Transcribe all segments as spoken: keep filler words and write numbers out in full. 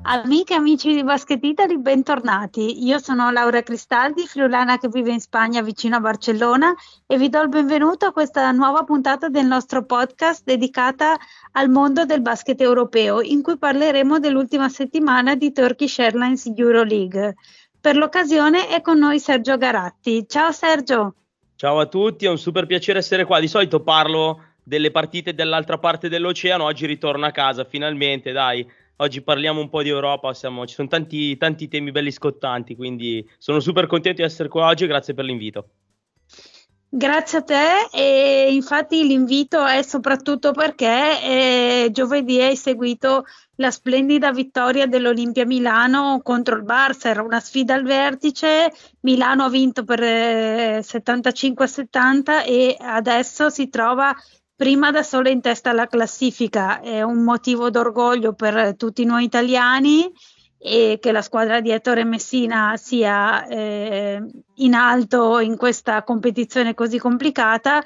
Amiche e amici di Basket Italy, bentornati. Io sono Laura Cristaldi, friulana che vive in Spagna vicino a Barcellona e vi do il benvenuto a questa nuova puntata del nostro podcast dedicata al mondo del basket europeo, in cui parleremo dell'ultima settimana di Turkish Airlines Euroleague. Per l'occasione è con noi Sergio Garatti. Ciao Sergio! Ciao a tutti, è un super piacere essere qua. Di solito parlo delle partite dall'altra parte dell'oceano, oggi ritorno a casa finalmente, dai. Oggi parliamo un po' di Europa, siamo, ci sono tanti, tanti temi belli scottanti, quindi sono super contento di essere qua oggi e grazie per l'invito. Grazie a te, e infatti l'invito è soprattutto perché eh, giovedì hai seguito la splendida vittoria dell'Olimpia Milano contro il Barça. Era una sfida al vertice, Milano ha vinto per eh, settantacinque a settanta e adesso si trova prima da sola in testa alla classifica. È un motivo d'orgoglio per tutti noi italiani, e che la squadra di Ettore Messina sia eh, in alto in questa competizione così complicata.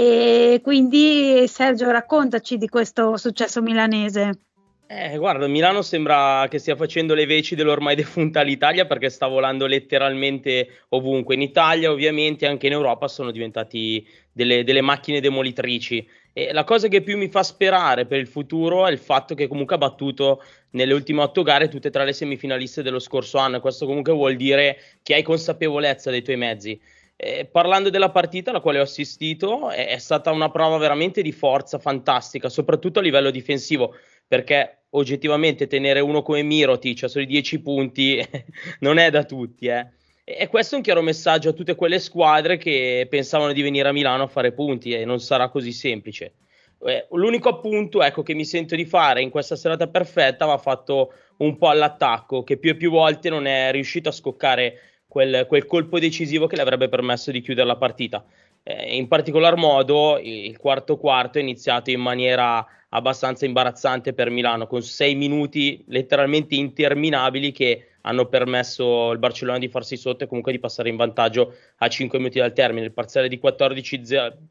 E quindi Sergio, raccontaci di questo successo milanese. Eh, guarda, Milano sembra che stia facendo le veci dell'ormai defunta l'Italia, perché sta volando letteralmente ovunque. In Italia, ovviamente, anche in Europa sono diventati delle, delle macchine demolitrici. E la cosa che più mi fa sperare per il futuro è il fatto che comunque ha battuto nelle ultime otto gare tutte e tre le semifinaliste dello scorso anno, e questo comunque vuol dire che hai consapevolezza dei tuoi mezzi. Eh, parlando della partita alla quale ho assistito, è, è stata una prova veramente di forza fantastica, soprattutto a livello difensivo, perché oggettivamente tenere uno come Mirotic a soli dieci punti non è da tutti, eh. E questo è un chiaro messaggio a tutte quelle squadre che pensavano di venire a Milano a fare punti, e non sarà così semplice. Eh, l'unico appunto, ecco, che mi sento di fare in questa serata perfetta va fatto un po' all'attacco, che più e più volte non è riuscito a scoccare quel, quel colpo decisivo che le avrebbe permesso di chiudere la partita. Eh, in particolar modo il, il quarto quarto è iniziato in maniera abbastanza imbarazzante per Milano, con sei minuti letteralmente interminabili che hanno permesso al Barcellona di farsi sotto e comunque di passare in vantaggio a cinque minuti dal termine. Il parziale di quattordici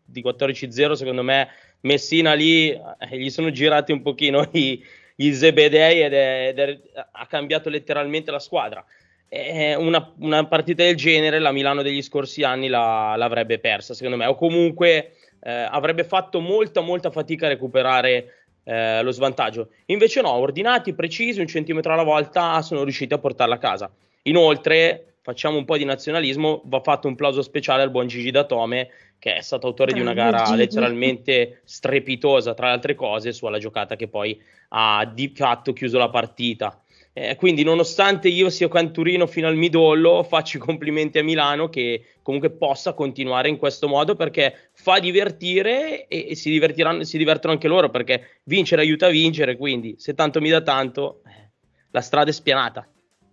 a zero, secondo me Messina lì eh, gli sono girati un pochino i, gli zebedei ed, è, ed è, ha cambiato letteralmente la squadra. Eh, una, una partita del genere la Milano degli scorsi anni la, l'avrebbe persa, secondo me, o comunque eh, avrebbe fatto molta molta fatica a recuperare eh, lo svantaggio. Invece no, ordinati, precisi, un centimetro alla volta sono riusciti a portarla a casa. Inoltre, facciamo un po' di nazionalismo, va fatto un plauso speciale al buon Gigi Datome, che è stato autore di una gara Gigi. letteralmente strepitosa, tra le altre cose, sulla giocata che poi ha di fatto chiuso la partita. Eh, quindi, nonostante io sia canturino fino al midollo, faccio i complimenti a Milano che comunque possa continuare in questo modo, perché fa divertire e, e si divertiranno, si divertono anche loro, perché vincere aiuta a vincere. Quindi, se tanto mi dà tanto, eh, la strada è spianata.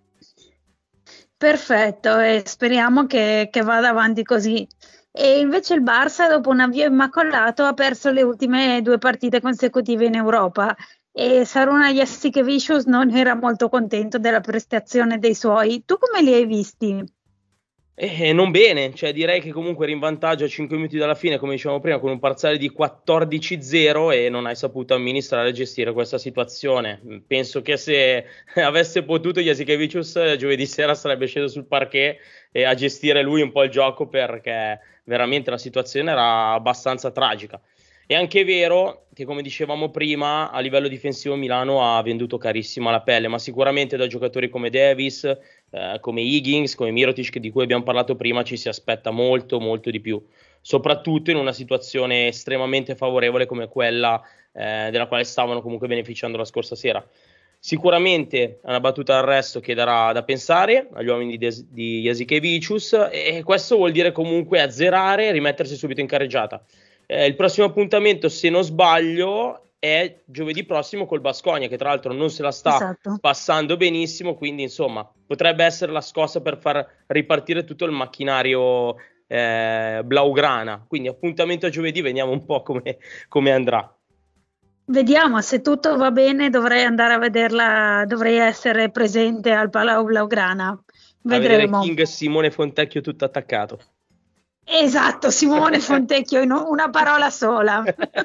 Perfetto, e speriamo che, che vada avanti così. E invece il Barça, dopo un avvio immacolato, ha perso le ultime due partite consecutive in Europa, e Šarūnas Jasikevičius non era molto contento della prestazione dei suoi. Tu come li hai visti? Eh, non bene, cioè direi che comunque eri in vantaggio a cinque minuti dalla fine, come dicevamo prima, con un parziale di quattordici a zero, e non hai saputo amministrare e gestire questa situazione. Penso che se avesse potuto Jasikevičius giovedì sera sarebbe sceso sul parquet e a gestire lui un po' il gioco, perché veramente la situazione era abbastanza tragica. È anche vero che, come dicevamo prima, a livello difensivo Milano ha venduto carissima la pelle, ma sicuramente da giocatori come Davis, eh, come Higgins, come Mirotic, di cui abbiamo parlato prima, ci si aspetta molto molto di più, soprattutto in una situazione estremamente favorevole come quella eh, della quale stavano comunque beneficiando la scorsa sera. Sicuramente è una battuta d'arresto che darà da pensare agli uomini di, di Jasikevičius, e questo vuol dire comunque azzerare e rimettersi subito in carreggiata. Eh, il prossimo appuntamento, se non sbaglio, è giovedì prossimo col Baskonia, che tra l'altro non se la sta Esatto. passando benissimo, quindi insomma potrebbe essere la scossa per far ripartire tutto il macchinario eh, blaugrana. Quindi appuntamento a giovedì, vediamo un po' come, come andrà. Vediamo, se tutto va bene dovrei andare a vederla, dovrei essere presente al Palau Blaugrana. A vedere Vedremo. King Simone Fontecchio tutto attaccato. Esatto, Simone Fontecchio in una parola sola.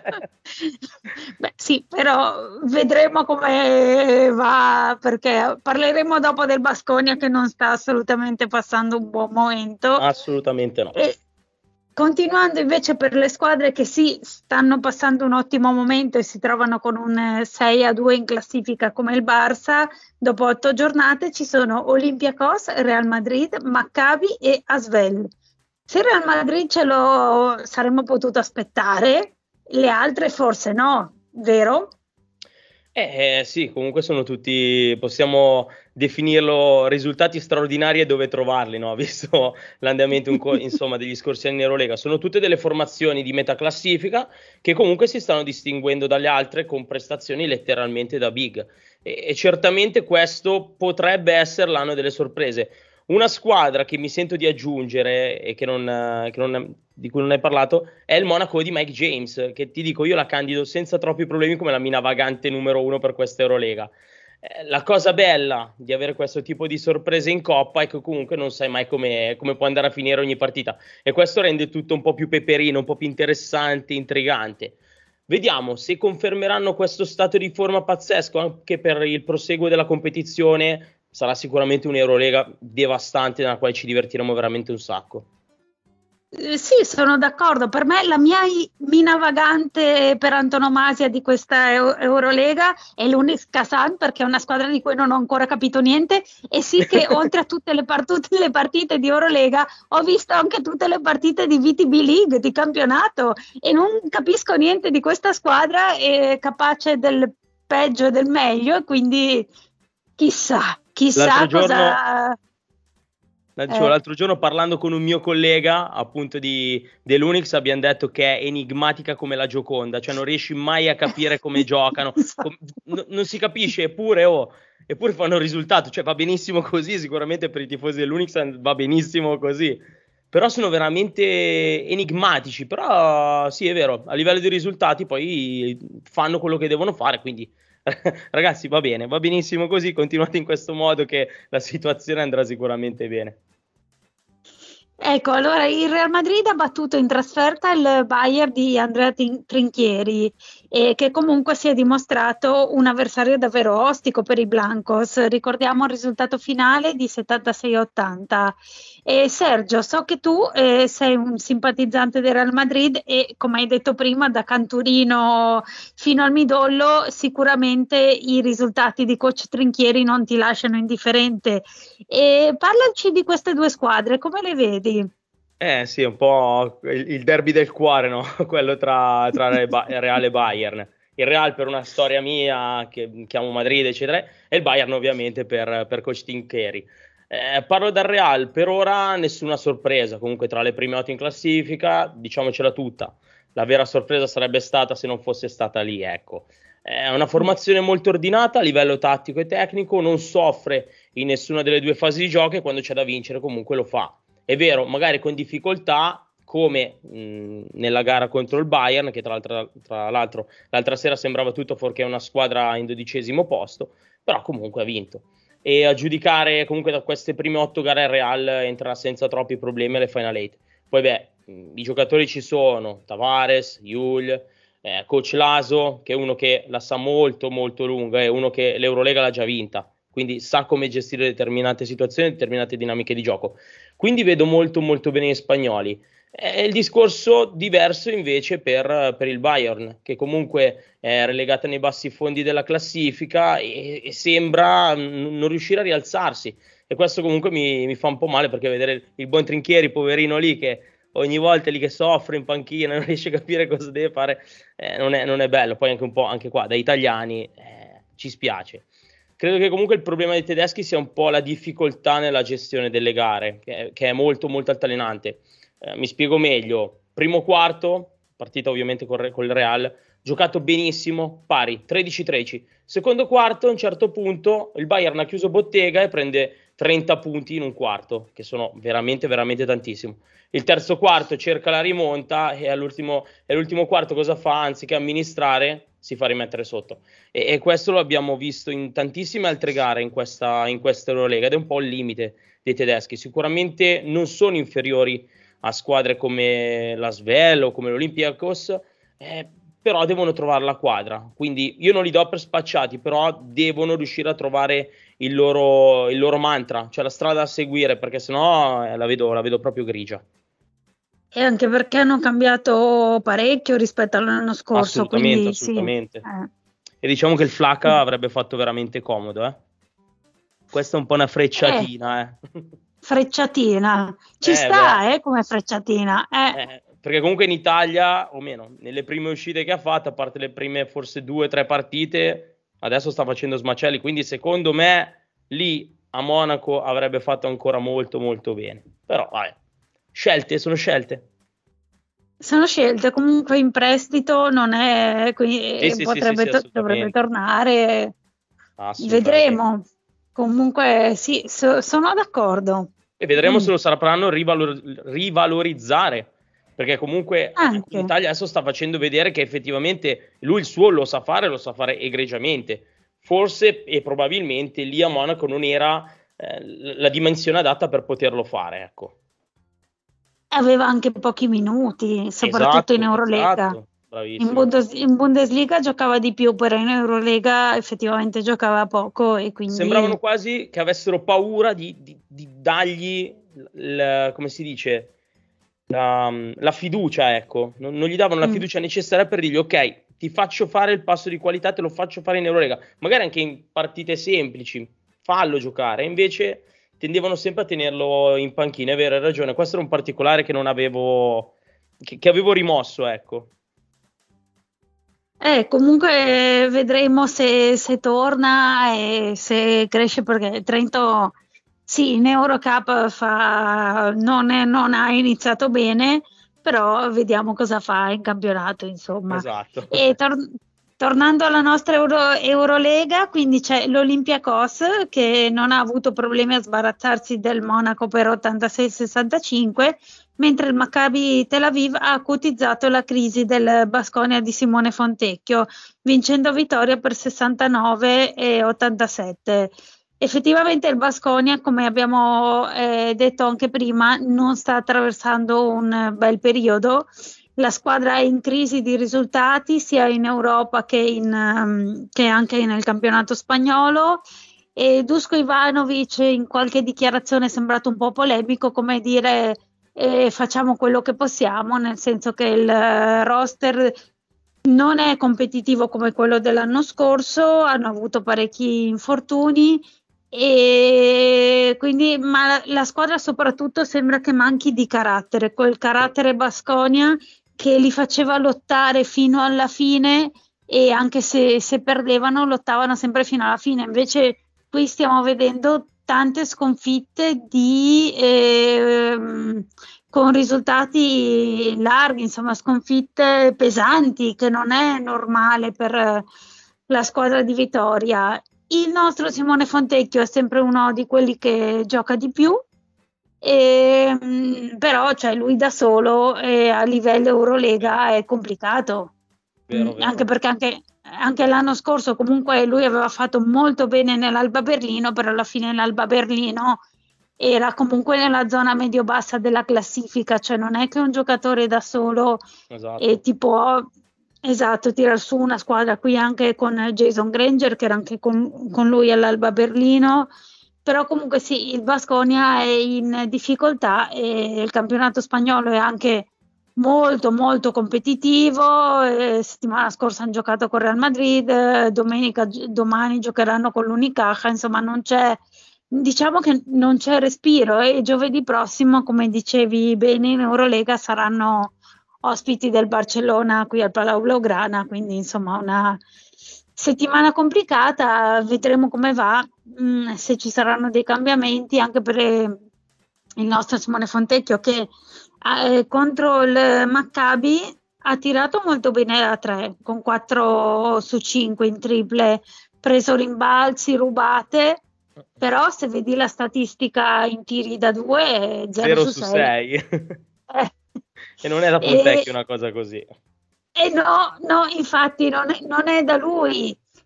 Beh, sì, però vedremo come va, perché parleremo dopo del Baskonia che non sta assolutamente passando un buon momento. Assolutamente no. E continuando invece per le squadre che sì, stanno passando un ottimo momento e si trovano con un sei a due in classifica come il Barça, dopo otto giornate ci sono Olympiacos, Real Madrid, Maccabi e Asvel. Se Real Madrid ce lo saremmo potuto aspettare, le altre forse no, vero? Eh, eh, sì, comunque sono tutti, possiamo definirlo risultati straordinari e dove trovarli, no? Visto l'andamento un co- insomma, degli scorsi anni in Eurolega. Sono tutte delle formazioni di metà classifica che comunque si stanno distinguendo dalle altre con prestazioni letteralmente da big. E, e certamente questo potrebbe essere l'anno delle sorprese. Una squadra che mi sento di aggiungere e che non, eh, che non- di cui non hai parlato è il Monaco di Mike James, che ti dico io la candido senza troppi problemi come la mina vagante numero uno per questa Eurolega. Eh, la cosa bella di avere questo tipo di sorprese in Coppa è che comunque non sai mai come, come può andare a finire ogni partita e questo rende tutto un po' più peperino, un po' più interessante, intrigante. Vediamo se confermeranno questo stato di forma pazzesco anche per il proseguo della competizione. Sarà sicuramente un'Eurolega devastante nella quale ci divertiremo veramente un sacco. Eh, Sì, sono d'accordo. Per me la mia i- mina vagante per antonomasia di questa Eu- Eurolega è l'Unis Kazan, perché è una squadra di cui non ho ancora capito niente e sì che oltre a tutte le, par- tutte le partite di Eurolega ho visto anche tutte le partite di V T B League, di campionato, e non capisco niente di questa squadra, è capace del peggio e del meglio, e quindi chissà, L'altro chissà giorno cosa... No, dicevo, eh. l'altro giorno parlando con un mio collega appunto di, dell'Unix abbiamo detto che è enigmatica come la Gioconda, cioè non riesci mai a capire come giocano, com- n- non si capisce, eppure, oh, eppure fanno risultato, cioè va benissimo così, sicuramente per i tifosi dell'Unix va benissimo così, però sono veramente enigmatici, però sì è vero, a livello di risultati poi fanno quello che devono fare, quindi ragazzi va bene, va benissimo così, continuate in questo modo che la situazione andrà sicuramente bene. Ecco, allora il Real Madrid ha battuto in trasferta il Bayern di Andrea Tin- Trinchieri, e che comunque si è dimostrato un avversario davvero ostico per i Blancos. Ricordiamo il risultato finale di settantasei a ottanta. E Sergio, so che tu eh, sei un simpatizzante del Real Madrid e, come hai detto prima, da Canturino fino al midollo, sicuramente i risultati di coach Trinchieri non ti lasciano indifferente. E parlaci di queste due squadre, come le vedi? Eh sì, è un po' il, il derby del cuore, no? Quello tra, tra Re- Ba- Real e Bayern. Il Real per una storia mia, che chiamo Madrid, eccetera, e il Bayern ovviamente per, per coach Trinchieri. Eh, parlo del Real, per ora nessuna sorpresa, comunque tra le prime otto in classifica, diciamocela tutta. La vera sorpresa sarebbe stata se non fosse stata lì, ecco. È una formazione molto ordinata a livello tattico e tecnico, non soffre in nessuna delle due fasi di gioco e quando c'è da vincere comunque lo fa. È vero, magari con difficoltà, come mh, nella gara contro il Bayern, che tra l'altro, tra l'altro l'altra sera sembrava tutto fuorché una squadra in dodicesimo posto, però comunque ha vinto. E a giudicare comunque da queste prime otto gare il Real entrerà senza troppi problemi alle Final Eight. Poi beh, mh, i giocatori ci sono, Tavares, Yul, eh, Coach Laso, che è uno che la sa molto molto lunga, è uno che l'Eurolega l'ha già vinta, quindi sa come gestire determinate situazioni, determinate dinamiche di gioco. Quindi vedo molto molto bene gli spagnoli. È il discorso diverso invece per, per il Bayern, che comunque è relegata nei bassi fondi della classifica e, e sembra n- non riuscire a rialzarsi. E questo comunque mi, mi fa un po' male perché vedere il, il buon Trinchieri, poverino lì, che ogni volta lì che soffre in panchina, non riesce a capire cosa deve fare, eh, non, è, non è bello. Poi anche un po' anche qua, da italiani, eh, ci spiace. Credo che comunque il problema dei tedeschi sia un po' la difficoltà nella gestione delle gare, che, che è molto molto altalenante. Eh, mi spiego meglio. Primo quarto, partita ovviamente col, col Real, giocato benissimo, pari, tredici tredici. Secondo quarto, a un certo punto, il Bayern ha chiuso bottega e prende trenta punti in un quarto, che sono veramente veramente tantissimo. Il terzo quarto cerca la rimonta e all'ultimo, e all'ultimo quarto cosa fa? Anziché amministrare, si fa rimettere sotto. E, e questo lo abbiamo visto in tantissime altre gare in questa, in questa Eurolega ed è un po' il limite dei tedeschi. Sicuramente non sono inferiori a squadre come la Svel o come l'Olympiakos, eh, però devono trovare la quadra, quindi io non li do per spacciati, però devono riuscire a trovare il loro, il loro mantra, cioè la strada a seguire, perché sennò eh, la vedo, la vedo proprio grigia. E anche perché hanno cambiato parecchio rispetto all'anno scorso, Assolutamente, quindi assolutamente. sì. Eh. E diciamo che il Flacca avrebbe fatto veramente comodo, eh. Questa è un po' una frecciatina, eh. Frecciatina, ci Eh, sta, beh. eh, come frecciatina. Eh. Eh, perché comunque in Italia, o meno, nelle prime uscite che ha fatto, a parte le prime forse due o tre partite, adesso sta facendo smacelli, quindi secondo me lì a Monaco avrebbe fatto ancora molto molto bene. Però, vabbè, scelte, sono scelte. Sono scelte, comunque in prestito non è, quindi Sì, sì, sì, sì, potrebbe sì, to- dovrebbe assolutamente. tornare, Assolutamente. vedremo. Comunque sì, so- sono d'accordo. E vedremo Mm, se lo sapranno rivalor- rivalorizzare, perché comunque eh, in anche. Italia adesso sta facendo vedere che effettivamente lui il suo lo sa fare, lo sa fare egregiamente. Forse e probabilmente lì a Monaco non era eh, la dimensione adatta per poterlo fare, ecco. Aveva anche pochi minuti, soprattutto in Esatto, Eurolega. esatto, In, bravissimo. Bundes- in Bundesliga giocava di più, però in Eurolega effettivamente giocava poco e Sembravano quindi quasi che avessero paura di, di, di dargli, il, come si dice, la, la fiducia, ecco. Non, non gli davano la mm, fiducia necessaria per dirgli, ok, ti faccio fare il passo di qualità, te lo faccio fare in Eurolega. Magari anche in partite semplici, fallo giocare. Invece tendevano sempre a tenerlo in panchina, è vero, hai ragione. Questo era un particolare che non avevo, che, che avevo rimosso, ecco. Eh, comunque vedremo se, se torna e se cresce perché Trento sì, in Eurocup fa, non, è- non ha iniziato bene, però vediamo cosa fa in campionato, insomma. Esatto. E tor- tornando alla nostra Euro- Eurolega, quindi c'è l'Olympiakos che non ha avuto problemi a sbarazzarsi del Monaco per ottantasei sessantacinque, mentre il Maccabi Tel Aviv ha acutizzato la crisi del Baskonia di Simone Fontecchio, vincendo vittoria per sessantanove e ottantasette. Effettivamente il Baskonia, come abbiamo eh, detto anche prima, non sta attraversando un bel periodo. La squadra è in crisi di risultati sia in Europa che, in, um, che anche nel campionato spagnolo. E Dusko Ivanovic in qualche dichiarazione è sembrato un po' polemico, come dire e facciamo quello che possiamo, nel senso che il eh, roster non è competitivo come quello dell'anno scorso, hanno avuto parecchi infortuni e quindi ma la, la squadra soprattutto sembra che manchi di carattere, quel carattere Baskonia che li faceva lottare fino alla fine e anche se, se perdevano lottavano sempre fino alla fine, invece qui stiamo vedendo tante sconfitte di, ehm, con risultati larghi, insomma sconfitte pesanti, che non è normale per eh, la squadra di Vittoria. Il nostro Simone Fontecchio è sempre uno di quelli che gioca di più, e, mh, però cioè, lui da solo eh, a livello Vero, Eurolega è complicato. Mm, vero, anche vero. perché anche, anche l'anno scorso comunque lui aveva fatto molto bene nell'Alba Berlino, però alla fine l'Alba Berlino era comunque nella zona medio-bassa della classifica, cioè non è che un giocatore da solo e Esatto. ti può, esatto, tirar su una squadra qui anche con Jason Granger che era anche con, con lui all'Alba Berlino, però comunque sì, il Baskonia è in difficoltà e il campionato spagnolo è anche molto molto competitivo. Eh, settimana scorsa hanno giocato con Real Madrid, eh, domenica, domani giocheranno con l'Unicaja, insomma non c'è, diciamo che non c'è respiro e giovedì prossimo, come dicevi bene, in Eurolega saranno ospiti del Barcellona qui al Palau Blaugrana, quindi insomma una settimana complicata, vedremo come va, mh, se ci saranno dei cambiamenti anche per eh, il nostro Simone Fontecchio che eh, contro il Maccabi ha tirato molto bene da tre, con quattro su cinque in triple, preso rimbalzi, rubate, però se vedi la statistica in tiri da due è zero zero su su sei. sei. Eh, E non è da e, Fontecchio una cosa così. e no, no, infatti non è, non è da lui.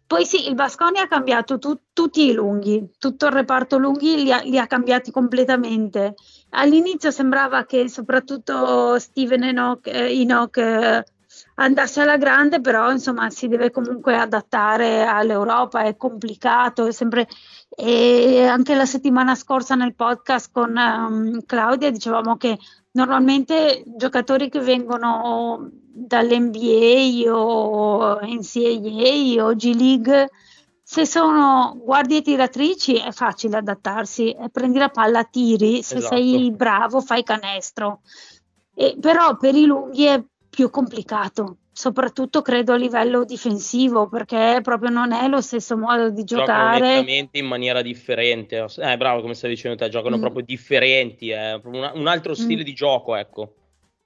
Poi sì, il Baskonia ha cambiato tu, tutti i lunghi, tutto il reparto lunghi li ha, li ha cambiati completamente. All'inizio sembrava che soprattutto Steven Enoch, eh, Enoch eh, andasse alla grande, però insomma si deve comunque adattare all'Europa, è complicato, è sempre... E anche la settimana scorsa nel podcast con um, Claudia dicevamo che normalmente giocatori che vengono dall'N B A o N C A A o G League, se sono guardie tiratrici è facile adattarsi, prendi la palla, tiri, se Esatto. sei bravo fai canestro, e, però per i lunghi è più complicato, soprattutto credo a livello difensivo, perché proprio non è lo stesso modo di Giocano giocare. nettamente in maniera differente. Eh, bravo, come stai dicendo te, giocano mm. proprio differenti, è un, un altro stile mm. di gioco, ecco.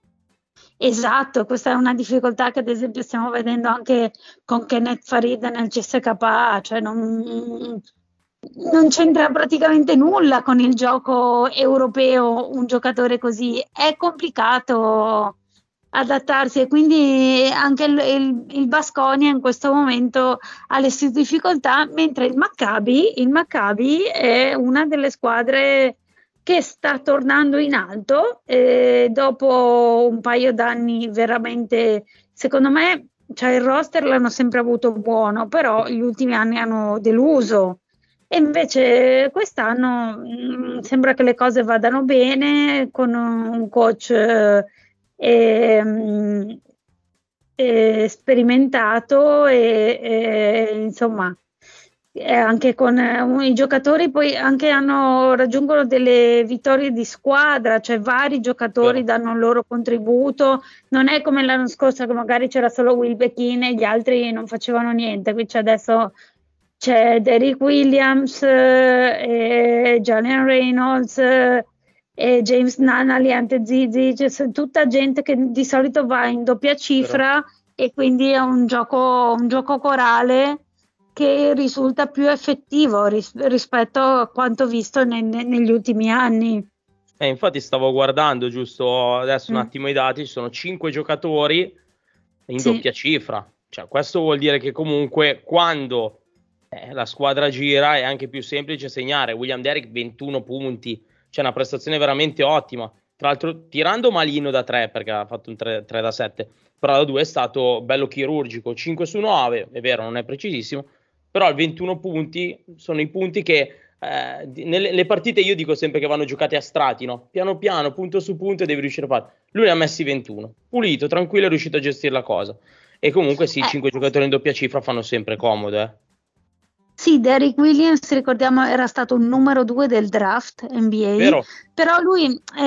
Esatto, questa è una difficoltà che ad esempio stiamo vedendo anche con Kenneth Farid nel C S K A, cioè non, non c'entra praticamente nulla con il gioco europeo un giocatore così, è complicato adattarsi, e quindi anche il, il, il Baskonia in questo momento ha le sue difficoltà, mentre il Maccabi, il Maccabi è una delle squadre che sta tornando in alto eh, dopo un paio d'anni veramente, secondo me, cioè il roster l'hanno sempre avuto buono, però gli ultimi anni hanno deluso, e invece quest'anno mh, sembra che le cose vadano bene con un coach eh, eh, eh, sperimentato e eh, insomma anche con eh, i giocatori poi anche hanno raggiungono delle vittorie di squadra, cioè vari giocatori Però. danno il loro contributo, non è come l'anno scorso che magari c'era solo Will Beckin e gli altri non facevano niente, qui c'è adesso c'è Derrick Williams eh, e Jalen Reynolds eh, e James Nunnally, Ante Zizi, cioè, tutta gente che di solito va in doppia cifra. Però. E quindi è un gioco, un gioco corale che risulta più effettivo ris- rispetto a quanto visto ne- ne- negli ultimi anni. Eh, infatti stavo guardando giusto adesso un mm. attimo i dati, ci sono cinque giocatori in sì. doppia cifra, cioè questo vuol dire che comunque quando eh, la squadra gira è anche più semplice segnare. William Derrick ventuno punti, cioè una prestazione veramente ottima, tra l'altro tirando malino da tre perché ha fatto un tre da sette, però da due è stato bello chirurgico, cinque su nove, è vero non è precisissimo, però il ventuno punti sono i punti che eh, nelle le partite io dico sempre che vanno giocate a strati, no? Piano piano, punto su punto, e devi riuscire a fare. Lui ne ha messi ventuno, pulito, tranquillo, è riuscito a gestire la cosa. E comunque sì, eh. cinque giocatori in doppia cifra fanno sempre comodo, eh. Sì, Derrick Williams, ricordiamo, era stato un numero due del draft N B A, Vero. Però lui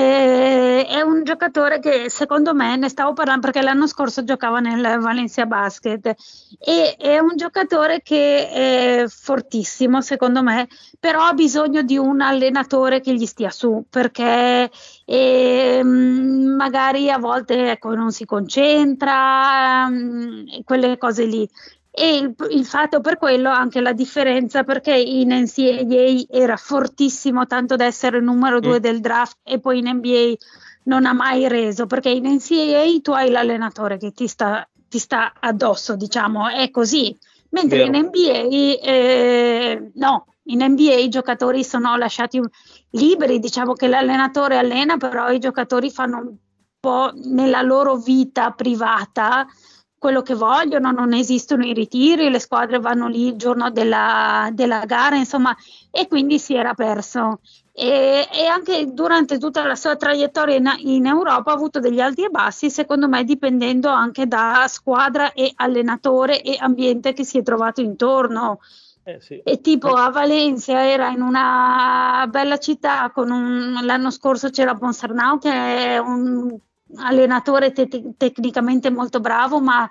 eh, è un giocatore che secondo me, ne stavo parlando perché l'anno scorso giocava nel Valencia Basket, e è un giocatore che è fortissimo secondo me, però ha bisogno di un allenatore che gli stia su, perché eh, magari a volte ecco, non si concentra, mh, quelle cose lì. E il, il fatto per quello anche la differenza, perché in N C A A era fortissimo tanto da essere numero due mm. del draft, e poi in N B A non ha mai reso, perché in N C A A tu hai l'allenatore che ti sta, ti sta addosso, diciamo, è così, mentre Vero. in N B A eh, no, in N B A i giocatori sono lasciati liberi, diciamo che l'allenatore allena, però i giocatori fanno un po' nella loro vita privata quello che vogliono, non esistono i ritiri, le squadre vanno lì il giorno della, della gara, insomma, e quindi si era perso. E, e anche durante tutta la sua traiettoria in, in Europa ha avuto degli alti e bassi, secondo me dipendendo anche da squadra e allenatore e ambiente che si è trovato intorno. Eh sì. E tipo a Valencia era in una bella città, con un, l'anno scorso c'era Ponsarnau che è un allenatore te- tecnicamente molto bravo, ma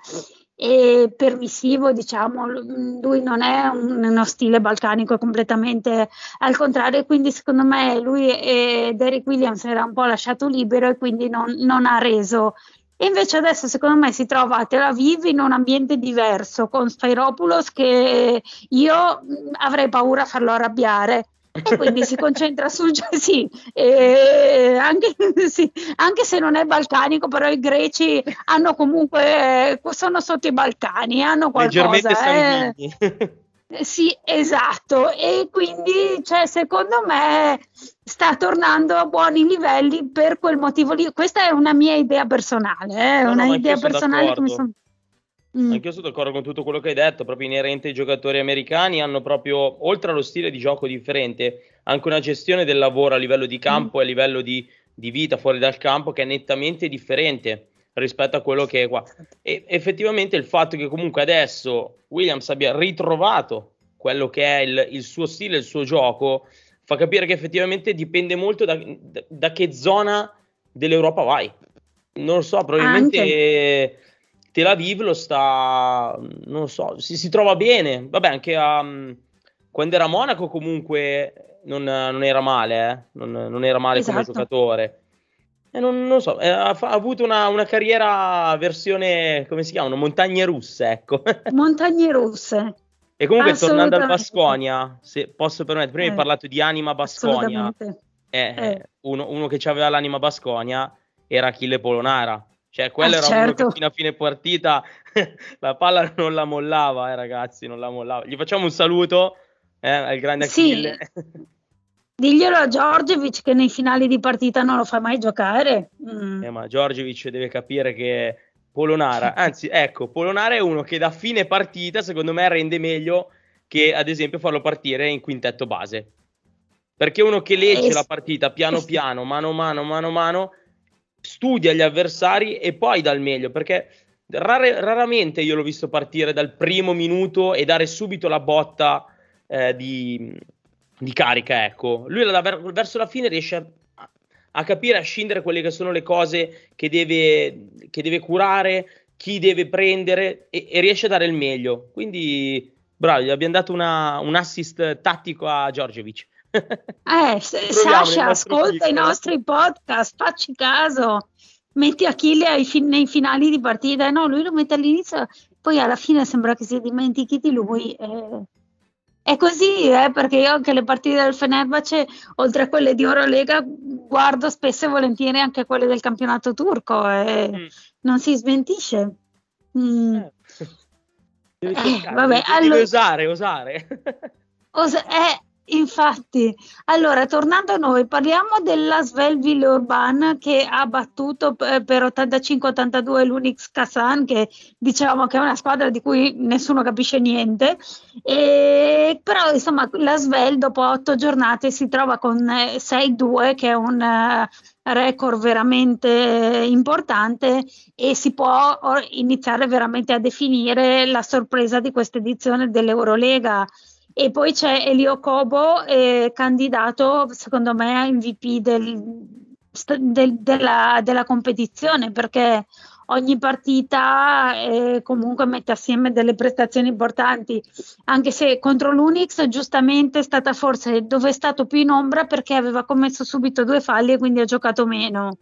è permissivo, diciamo, lui non è un, uno stile balcanico, completamente al contrario, quindi secondo me lui e Derrick Williams era un po' lasciato libero e quindi non, non ha reso. E invece adesso secondo me si trova a Tel Aviv in un ambiente diverso con Spyropoulos, che io avrei paura a farlo arrabbiare, e quindi si concentra sul gio- sì, eh, anche, sì, anche se non è balcanico, però i greci hanno comunque, eh, sono sotto i Balcani, hanno Leggermente qualcosa. eh. sanguigni. Eh, Sì, esatto, e quindi cioè, secondo me sta tornando a buoni livelli per quel motivo lì. Questa è una mia idea personale, è No, no, una ma anch'io idea sono personale che mi d'accordo. sono... Mm, Anch'io sono d'accordo con tutto quello che hai detto, proprio inerente ai giocatori americani, hanno proprio, oltre allo stile di gioco differente, anche una gestione del lavoro a livello di mm, campo e a livello di, di vita fuori dal campo che è nettamente differente rispetto a quello che è qua. esatto. E effettivamente il fatto che comunque adesso Williams abbia ritrovato quello che è il, il suo stile, il suo gioco, fa capire che effettivamente dipende molto da, da, da che zona dell'Europa vai. Non lo so, Anche, probabilmente Tel Aviv lo sta, non lo so, si, si trova bene. Vabbè, anche a, quando era a Monaco comunque non, non era male, eh? non, non era male come esatto, giocatore. E non, non lo so, eh, ha, fa- ha avuto una, una carriera versione, come si chiamano, montagne russe, ecco. montagne russe, E comunque tornando al assolutamente, Baskonia, se posso permettere, prima hai eh, parlato di anima Baskonia, assolutamente. eh, Eh, uno, uno che aveva l'anima Baskonia era Achille Polonara, cioè ah, quello era uno che certo, fino a fine partita la palla non la mollava, eh, ragazzi, non la mollava. Gli facciamo un saluto eh, al grande Achille. sì, diglielo a Giorgevic che nei finali di partita non lo fa mai giocare. Mm. Eh, ma Djordjevic deve capire che Polonara, anzi, ecco, Polonara è uno che da fine partita, secondo me, rende meglio che, ad esempio, farlo partire in quintetto base. Perché uno che Eh, legge la partita piano piano, mano a mano, mano a mano, studia gli avversari e poi dà il meglio. Perché rare- raramente io l'ho visto partire dal primo minuto e dare subito la botta eh, di, di carica, ecco. Lui la- ver- verso la fine riesce a, a capire, a scindere quelle che sono le cose che deve, che deve curare, chi deve prendere e, e riesce a dare il meglio. Quindi, bravi, abbiamo dato una- un assist tattico a Djordjevic. Eh, Ci S- proviamo nel Sasha, nostro ascolta i piccolo. nostri podcast, facci caso. Metti Achille ai fin- nei finali di partita. Eh, no, lui lo mette all'inizio, poi alla fine sembra che si dimentichi di lui. eh. È così, eh, perché io anche le partite del Fenerbahce, oltre a quelle di Eurolega, guardo spesso e volentieri anche quelle del campionato turco e Mm. non si smentisce. Mm. Eh, deve Eh, cercare, vabbè, deve, deve allora. osare, osare. Os- eh, infatti, allora tornando a noi, parliamo dell'Asvel Villeurbanne che ha battuto eh, per ottantacinque a ottantadue l'Unix Kazan, che diciamo che è una squadra di cui nessuno capisce niente, e, però insomma l'Asvel dopo otto giornate si trova con eh, sei due, che è un eh, record veramente importante e si può or- iniziare veramente a definire la sorpresa di questa edizione dell'Eurolega. E poi c'è Elio Cobo, eh, candidato secondo me a M V P del- sta- del- della, della competizione, perché ogni partita eh, comunque mette assieme delle prestazioni importanti, anche se contro l'Unix giustamente è stata forse dove è stato più in ombra perché aveva commesso subito due falli e quindi ha giocato meno.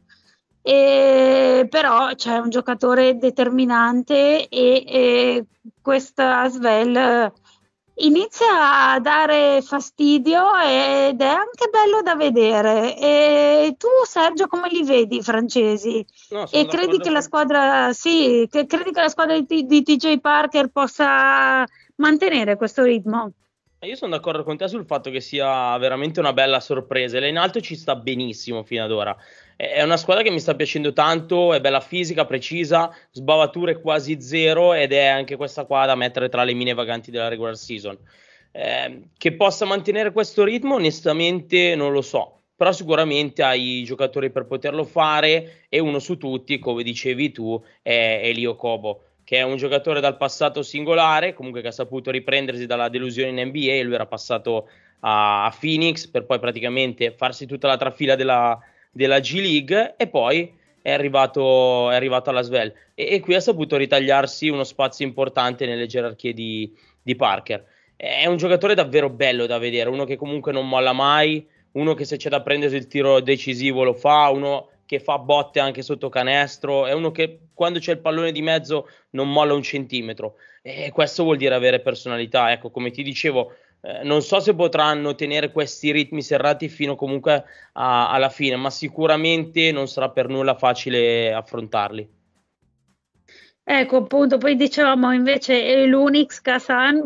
E, però c'è un giocatore determinante e, e questa Asvel eh, inizia a dare fastidio ed è anche bello da vedere. E tu, Sergio, come li vedi i francesi? No, sono E credi d'accordo che la con squadra, sì, che credi che la squadra di, T- di T J Parker possa mantenere questo ritmo? Io sono d'accordo con te sul fatto che sia veramente una bella sorpresa. Lei in alto ci sta benissimo fino ad ora. È è una squadra che mi sta piacendo tanto, è bella fisica, precisa, sbavature quasi zero ed è anche questa qua da mettere tra le mine vaganti della regular season. Eh, che possa mantenere questo ritmo, onestamente non lo so, però sicuramente ha i giocatori per poterlo fare e uno su tutti, come dicevi tu, è Elio Kobo che è un giocatore dal passato singolare, comunque che ha saputo riprendersi dalla delusione in N B A, lui era passato a, a Phoenix per poi praticamente farsi tutta la trafila della, della G League e poi è arrivato, è arrivato alla Svel e, e qui ha saputo ritagliarsi uno spazio importante nelle gerarchie di, di Parker. È un giocatore davvero bello da vedere, uno che comunque non molla mai, uno che se c'è da prendersi il tiro decisivo lo fa, uno che fa botte anche sotto canestro, è uno che quando c'è il pallone di mezzo non molla un centimetro e questo vuol dire avere personalità, ecco come ti dicevo eh, non so se potranno tenere questi ritmi serrati fino comunque a, alla fine, ma sicuramente non sarà per nulla facile affrontarli. Ecco, appunto, poi dicevamo invece eh, l'Unix Kazan,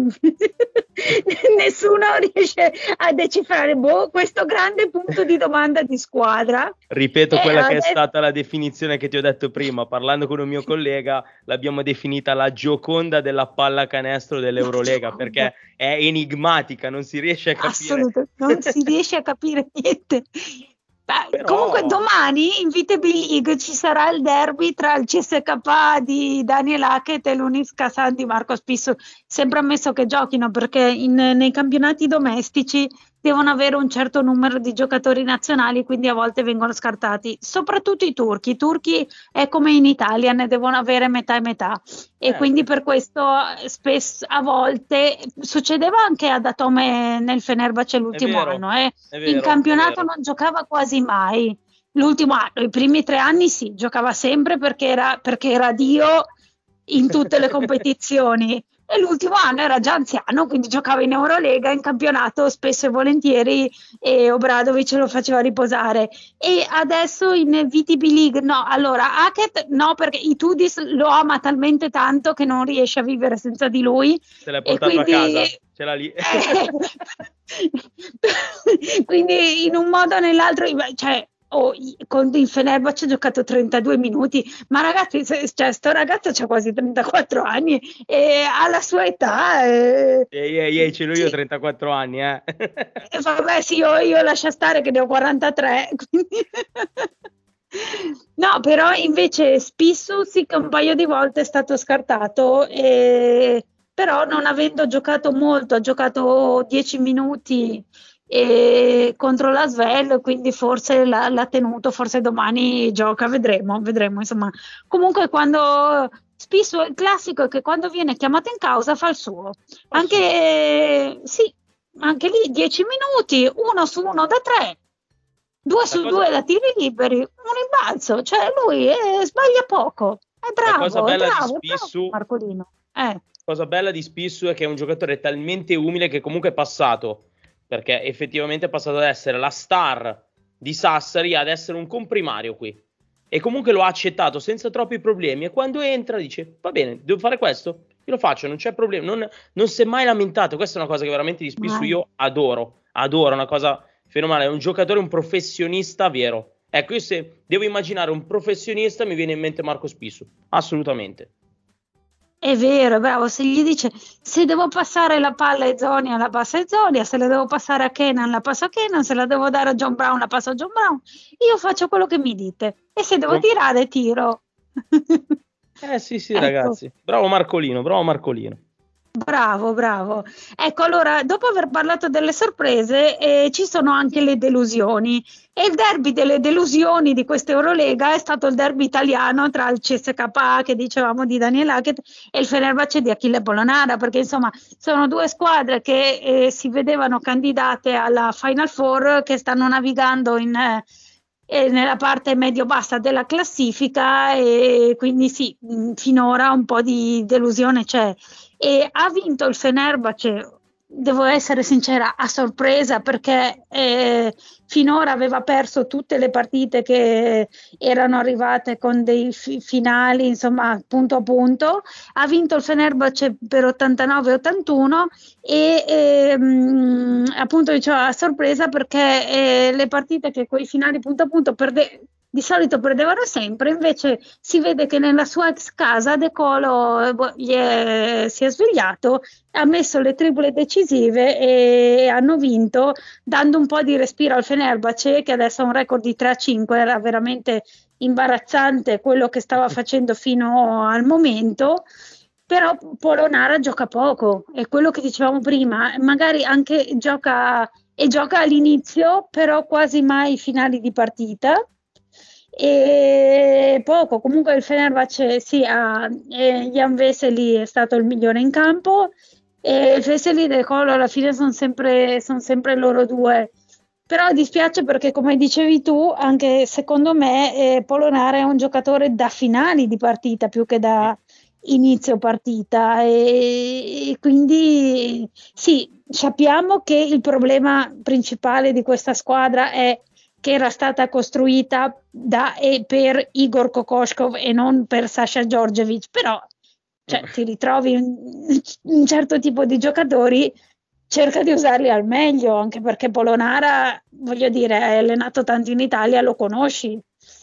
nessuno riesce a decifrare boh, questo grande punto di domanda di squadra. Ripeto E quella adesso... che è stata la definizione che ti ho detto prima, parlando con un mio collega, l'abbiamo definita la Gioconda della pallacanestro dell'Eurolega, perché è enigmatica, non si riesce a capire. Assolutamente, non si riesce a capire niente. Beh, Però... comunque domani in V T B League ci sarà il derby tra il C S K di Daniel Hackett e l'Unics Kazan di Marco Spisso, sempre ammesso che giochino, perché in, nei campionati domestici devono avere un certo numero di giocatori nazionali, quindi a volte vengono scartati, soprattutto i turchi. I turchi è come in Italia, ne devono avere metà e metà, e eh, quindi per questo spesso a volte succedeva anche ad Atome nel Fenerbahce l'ultimo vero, anno, eh. vero, In campionato non giocava quasi mai. L'ultimo anno, i primi tre anni sì, giocava sempre perché era, perché era Dio in tutte le competizioni. E l'ultimo anno era già anziano, quindi giocava in Eurolega, in campionato spesso e volentieri, e Obradovic lo faceva riposare. E adesso in V T B League no, allora Hackett no, perché Itudis lo ama talmente tanto che non riesce a vivere senza di lui. Se l'hai portato quindi... a casa, ce l'ha lì. Quindi in un modo o nell'altro, cioè, oh, con il Fenerbahce ha giocato trentadue minuti, ma ragazzi, cioè, sto ragazzo c'ha quasi trentaquattro anni e ha la sua età. E... Ehi, ehi, ehi, ce l'ho io trentaquattro anni, eh. E vabbè, sì, io, io lascia stare che ne ho quarantatré, quindi... No, però invece Spissu sì che un paio di volte è stato scartato, e... però non avendo giocato molto, ha giocato dieci minuti e contro la Svel, quindi forse l'ha, l'ha tenuto, forse domani gioca, vedremo, vedremo insomma. Comunque quando Spissu, il classico è che quando viene chiamato in causa fa il suo, anche eh, sì, anche lì dieci minuti, uno su uno da tre, due su cosa... due da tiri liberi, un rimbalzo, cioè lui eh, sbaglia poco, è bravo, la cosa bella è bravo, di Spissu, bravo Marcolino. Eh. La cosa bella di Spissu è che è un giocatore talmente umile che comunque è passato, perché effettivamente è passato ad essere la star di Sassari ad essere un comprimario qui, e comunque lo ha accettato senza troppi problemi, e quando entra dice va bene, devo fare questo, io lo faccio, non c'è problema, non, non si è mai lamentato. Questa è una cosa che veramente di Spissu io adoro, adoro, una cosa fenomenale, è un giocatore, un professionista vero. Ecco, io se devo immaginare un professionista mi viene in mente Marco Spissu, assolutamente. È vero, bravo, se gli dice se devo passare la palla a Ezonia la passa a Ezonia, se la devo passare a Kenan la passo a Kenan, se la devo dare a John Brown la passo a John Brown, io faccio quello che mi dite, e se devo tirare tiro. Eh sì sì, ecco. Ragazzi, bravo Marcolino, bravo Marcolino. Bravo, bravo. Ecco, allora, dopo aver parlato delle sorprese, eh, ci sono anche le delusioni. E il derby delle delusioni di questa Eurolega è stato il derby italiano tra il C S K A, che dicevamo, di Daniel Hackett, e il Fenerbahce di Achille Polonara, perché insomma sono due squadre che eh, si vedevano candidate alla Final Four, che stanno navigando in... Eh, nella parte medio-bassa della classifica, e quindi sì, finora un po' di delusione c'è. E ha vinto il Fenerbahce, devo essere sincera, a sorpresa, perché eh, finora aveva perso tutte le partite che erano arrivate con dei fi- finali, insomma, punto a punto. Ha vinto il Fenerbahce per ottantanove ottantuno e ehm, appunto dicevo a sorpresa perché eh, le partite che quei finali punto a punto perde- di solito perdevano sempre, invece si vede che nella sua ex casa De Colo eh, gli è, si è svegliato, ha messo le tripole decisive e hanno vinto, dando un po' di respiro al Fenerbahce, che adesso ha un record di tre a cinque, era veramente imbarazzante quello che stava facendo fino al momento. Però Polonara gioca poco, è quello che dicevamo prima, magari anche gioca e gioca all'inizio, però quasi mai finali di partita. E poco, comunque il Fenerbahce sì, ha, eh, Jan Vesely è stato il migliore in campo, e il Vesely e De Colo alla fine sono sempre, son sempre loro due, però dispiace perché, come dicevi tu, anche secondo me eh, Polonara è un giocatore da finali di partita più che da inizio partita e, e quindi sì, sappiamo che il problema principale di questa squadra è che era stata costruita da e per Igor Kokoškov e non per Sasha Djordjevic, però cioè, ti ritrovi un, un certo tipo di giocatori, cerca di usarli al meglio, anche perché Polonara, voglio dire, hai allenato tanto in Italia, lo conosci.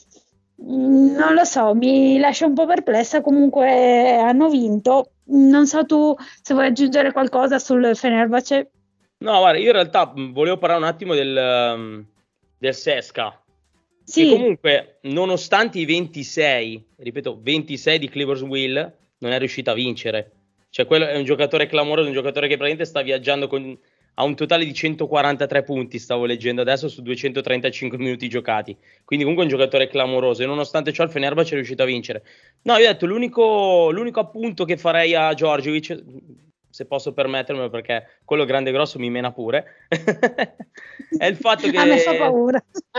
Non lo so, mi lascia un po' perplessa, comunque hanno vinto. Non so tu se vuoi aggiungere qualcosa sul Fenerbahce. No, guarda, io in realtà mh, volevo parlare un attimo del, um, del Sesca, che Sì, comunque, nonostante i ventisei, ripeto, ventisei di Cleversville, non è riuscito a vincere. Cioè, quello è un giocatore clamoroso, un giocatore che praticamente sta viaggiando con, a un totale di centoquarantatré punti, stavo leggendo adesso, su duecentotrentacinque minuti giocati. Quindi comunque è un giocatore clamoroso e nonostante ciò il Fenerbahce è riuscito a vincere. No, io ho detto, l'unico, l'unico appunto che farei a Djordjevic, se posso permettermelo perché quello grande e grosso mi mena pure, è il fatto che... a me fa paura.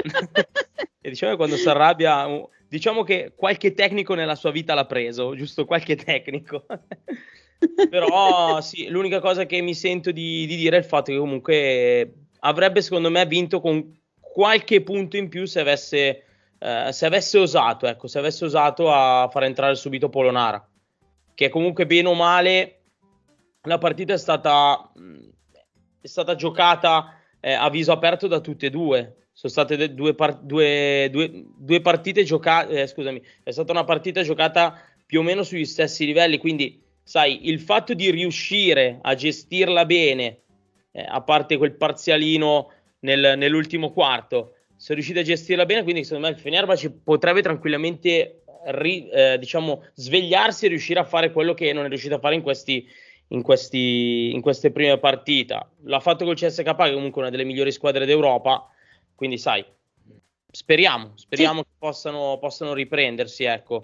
e diciamo che quando si arrabbia, diciamo che qualche tecnico nella sua vita l'ha preso, giusto qualche tecnico. Però sì, l'unica cosa che mi sento di, di dire è il fatto che comunque avrebbe secondo me vinto con qualche punto in più se avesse, eh, se avesse osato, ecco, se avesse osato a far entrare subito Polonara, che comunque bene o male la partita è stata, è stata giocata eh, a viso aperto da tutte e due. Sono state de- due, par- due, due, due partite giocate, eh, scusami, è stata una partita giocata più o meno sugli stessi livelli, quindi sai, il fatto di riuscire a gestirla bene, eh, a parte quel parzialino nel, nell'ultimo quarto, se riuscite a gestirla bene, quindi secondo me il Fenerbahce potrebbe tranquillamente ri, eh, diciamo, svegliarsi e riuscire a fare quello che non è riuscito a fare in questi In, questi, in queste prime partite. L'ha fatto col C S K A, che è comunque una delle migliori squadre d'Europa, quindi sai, speriamo, speriamo Sì. che possano, possano riprendersi, ecco.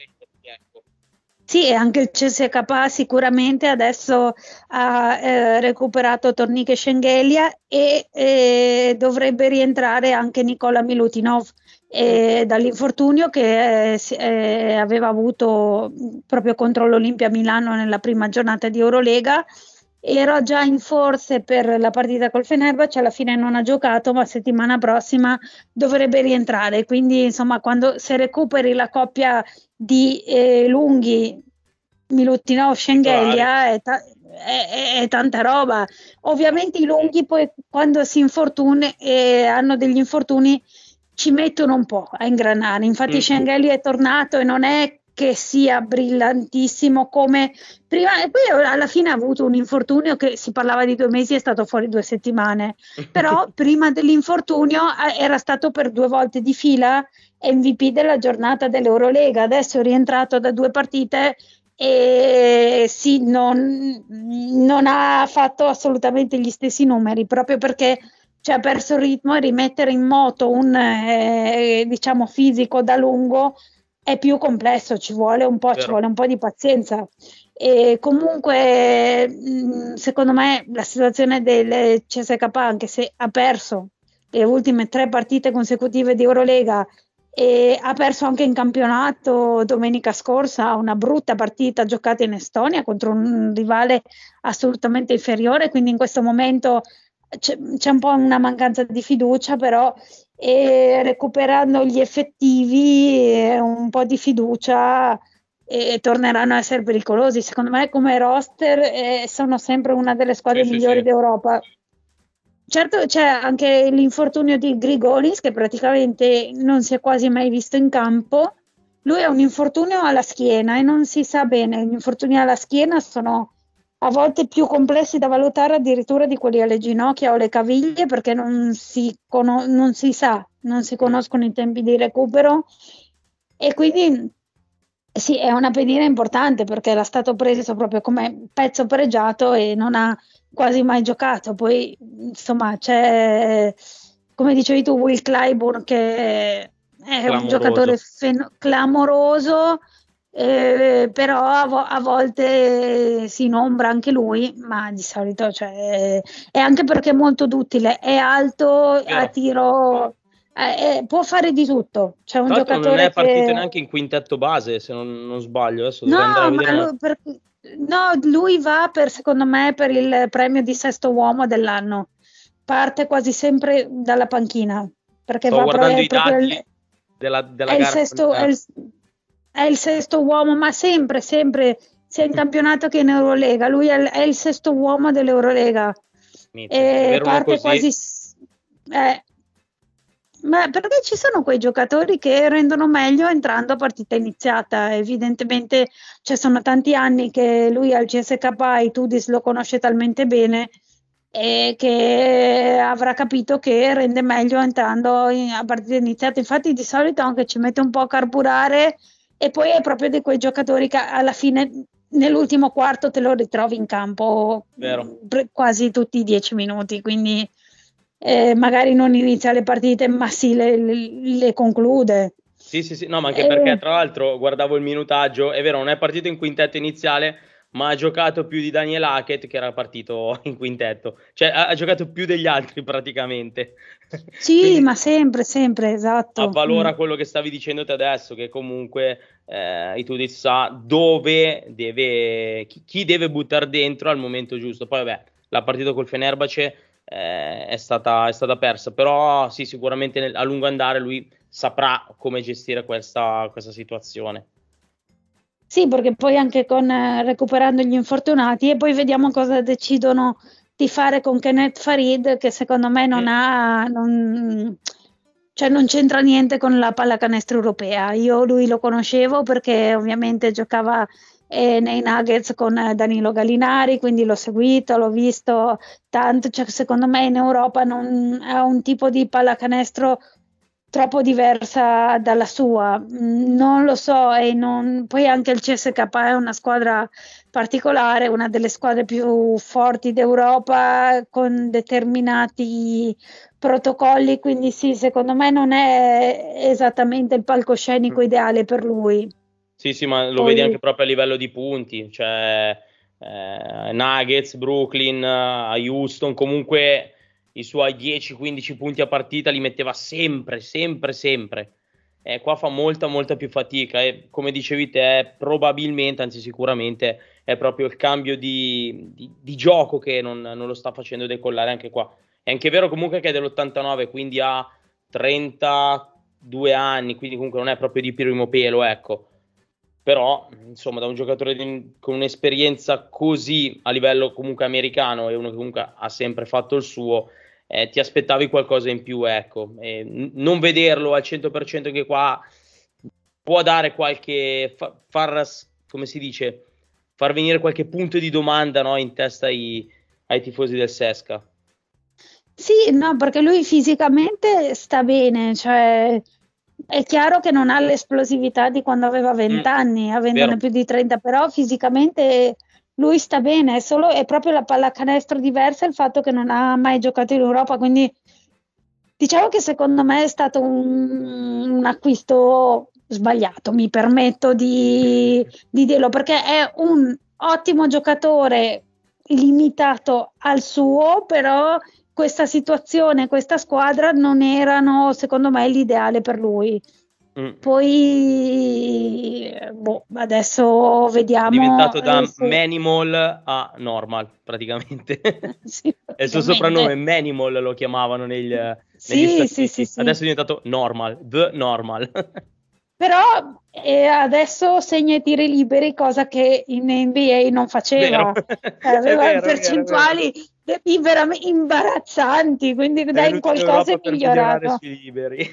Sì, e anche il C S K A sicuramente adesso ha eh, recuperato Torniche Schengelia e eh, dovrebbe rientrare anche Nicola Milutinov eh, dall'infortunio che eh, si- eh, aveva avuto proprio contro l'Olimpia Milano nella prima giornata di Eurolega. Era già in forze per la partita col Fenerbahce, alla fine non ha giocato, ma settimana prossima dovrebbe rientrare. Quindi, insomma, quando se recuperi la coppia di eh, lunghi Milutinov Schengelia è, ta- è, è, è tanta roba. Ovviamente i lunghi poi quando si infortuni e hanno degli infortuni ci mettono un po' a ingranare. Infatti Mm. Schengelia è tornato e non è che sia brillantissimo come prima, e poi alla fine ha avuto un infortunio che si parlava di due mesi, è stato fuori due settimane, però prima dell'infortunio eh, era stato per due volte di fila M V P della giornata dell'Eurolega, adesso è rientrato da due partite e sì, non, non ha fatto assolutamente gli stessi numeri, proprio perché cioè, ha perso il ritmo e rimettere in moto un eh, diciamo fisico da lungo è più complesso, ci vuole un po', ci Vero. vuole un po' di pazienza. E comunque, mh, secondo me, la situazione del C S K A, anche se ha perso le ultime tre partite consecutive di Eurolega e ha perso anche in campionato domenica scorsa una brutta partita giocata in Estonia contro un rivale assolutamente inferiore, quindi in questo momento c'è, c'è un po' una mancanza di fiducia, però e recuperando gli effettivi e un po' di fiducia e torneranno a essere pericolosi. Secondo me come roster eh, sono sempre una delle squadre Sì, sì, migliori sì. d'Europa. Certo c'è anche l'infortunio di Grigonis che praticamente non si è quasi mai visto in campo. Lui ha un infortunio alla schiena e non si sa bene, gli infortuni alla schiena sono a volte più complessi da valutare addirittura di quelli alle ginocchia o alle caviglie perché non si, cono- non si sa, non si conoscono i tempi di recupero e quindi sì, è una pedina importante perché era stato preso proprio come pezzo pregiato e non ha quasi mai giocato. Poi, insomma, c'è, come dicevi tu, Will Clyburn che è un Clamoroso. giocatore fen- clamoroso, eh, però a, vo- a volte si inombra anche lui, ma di solito cioè, è anche perché è molto duttile, è alto, a Vero. tiro eh, eh, può fare di tutto. C'è un Tra l'altro non giocatore è partito che... neanche in quintetto base, se non, non sbaglio, adesso dovrei andare a No, ma vedere. lui, per- no, lui va per, secondo me, per il premio di sesto uomo dell'anno. Parte quasi sempre dalla panchina, perché Sto va pro- guardando è i proprio dati il, della, è della il gara con... sesto, è eh, il, è il sesto uomo, ma sempre, sempre, sia in campionato che in Eurolega. Lui è, il è il sesto uomo dell'Eurolega. Mizzica, E avere uno parte così, quasi... s- eh, ma perché ci sono quei giocatori che rendono meglio entrando a partita iniziata? Evidentemente, cioè, sono tanti anni che lui al C S K A e Tudis lo conosce talmente bene e che avrà capito che rende meglio entrando in- a partita iniziata. Infatti, di solito anche ci mette un po' a carburare e poi è proprio di quei giocatori che alla fine, nell'ultimo quarto, te lo ritrovi in campo vero? mh, pre- quasi tutti i dieci minuti. Quindi eh, magari non inizia le partite, ma sì, le, le- le conclude. Sì, sì, sì, no, ma anche perché Eh, tra l'altro guardavo il minutaggio, è vero, non è partito in quintetto iniziale, ma ha giocato più di Daniel Hackett che era partito in quintetto, cioè ha, ha giocato più degli altri praticamente. sì, Quindi ma sempre, sempre, esatto. Mm. avvalora quello che stavi dicendo te adesso, che comunque eh, Itudis sa dove deve, chi, chi deve buttare dentro al momento giusto. Poi vabbè, la partita col Fenerbahce eh, è stata, è stata persa, però sì, sicuramente nel- a lungo andare lui saprà come gestire questa, questa situazione. Sì, perché poi anche con eh, recuperando gli infortunati e poi vediamo cosa decidono di fare con Kenneth Farid, che secondo me non Mm, ha, non, cioè non c'entra niente con la pallacanestro europea. Io lui lo conoscevo perché ovviamente giocava eh, nei Nuggets con eh, Danilo Gallinari, quindi l'ho seguito, l'ho visto tanto. Cioè, secondo me in Europa non, è un tipo di pallacanestro troppo diversa dalla sua. Mm, Non lo so, e non... poi anche il C S K A è una squadra particolare, una delle squadre più forti d'Europa con determinati protocolli, quindi sì, secondo me non è esattamente il palcoscenico mm. ideale per lui. Sì, sì, ma lo vedi Poi anche proprio a livello di punti, cioè eh, Nuggets, Brooklyn, eh, Houston, comunque i suoi dieci quindici punti a partita li metteva sempre, sempre, sempre. E qua fa molta, molta più fatica e come dicevi te, probabilmente, anzi sicuramente, è proprio il cambio di, di- di gioco che non, non lo sta facendo decollare anche qua. È anche vero comunque che è dell'ottantanove, quindi ha trentadue anni, quindi comunque non è proprio di primo pelo, ecco. Però, insomma, da un giocatore di- con un'esperienza così a livello comunque americano e uno che comunque ha sempre fatto il suo, eh, ti aspettavi qualcosa in più, ecco. E n- non vederlo al cento per cento che qua può dare qualche, fa- far, come si dice, far venire qualche punto di domanda, no, in testa ai, ai tifosi del Sesca. sì, no, perché lui fisicamente sta bene, cioè è chiaro che non ha l'esplosività di quando aveva Mm, venti anni, avendone vero. più di trenta, però fisicamente lui sta bene, è solo è proprio la pallacanestro diversa il fatto che non ha mai giocato in Europa, quindi diciamo che secondo me è stato un, un acquisto sbagliato, mi permetto di, di dirlo, perché è un ottimo giocatore limitato al suo, però questa situazione, questa squadra non erano, secondo me, l'ideale per lui. Mm. Poi, boh, adesso È vediamo diventato eh, da se... Manimal a Normal, praticamente. Sì, E il suo soprannome praticamente. Manimal lo chiamavano negli, negli Sì, Stati sì, sì, Uniti. Adesso sì. è diventato Normal, The Normal. Però eh, adesso segna i tiri liberi, cosa che in N B A non Vero, faceva. Eh, è aveva vero, è vero, è vero. percentuali de- veramente imbarazzanti, quindi È dai, in venuto in qualcosa Europa è per migliorare migliorato. sui liberi.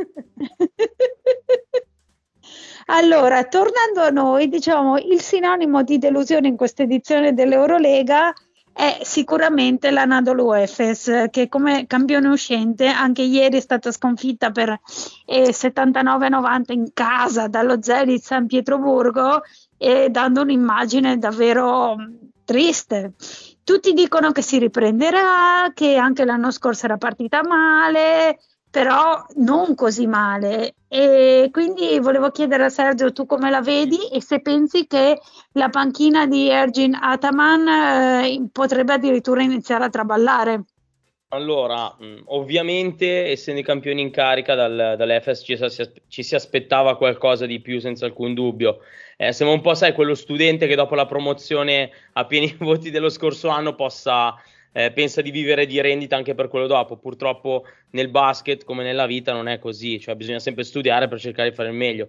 Allora, tornando a noi, diciamo, il sinonimo di delusione in questa edizione dell'Eurolega è sicuramente l'Anadolu Efes, che come campione uscente anche ieri è stata sconfitta per eh, settantanove a novanta in casa dallo Zenit San Pietroburgo e dando un'immagine davvero mh, triste. Tutti dicono che si riprenderà, che anche l'anno scorso era partita male, però non così male. E quindi volevo chiedere a Sergio tu come la vedi e se pensi che la panchina di Ergin Ataman eh, potrebbe addirittura iniziare a traballare. Allora, mh, ovviamente, essendo i campioni in carica dal, dall'Efes ci, si- ci si aspettava qualcosa di più, senza alcun dubbio. Eh, sembra un po', sai, quello studente che dopo la promozione a pieni voti dello scorso anno possa, eh, pensa di vivere di rendita anche per quello dopo. Purtroppo nel basket, come nella vita, non è così, cioè bisogna sempre studiare per cercare di fare il meglio.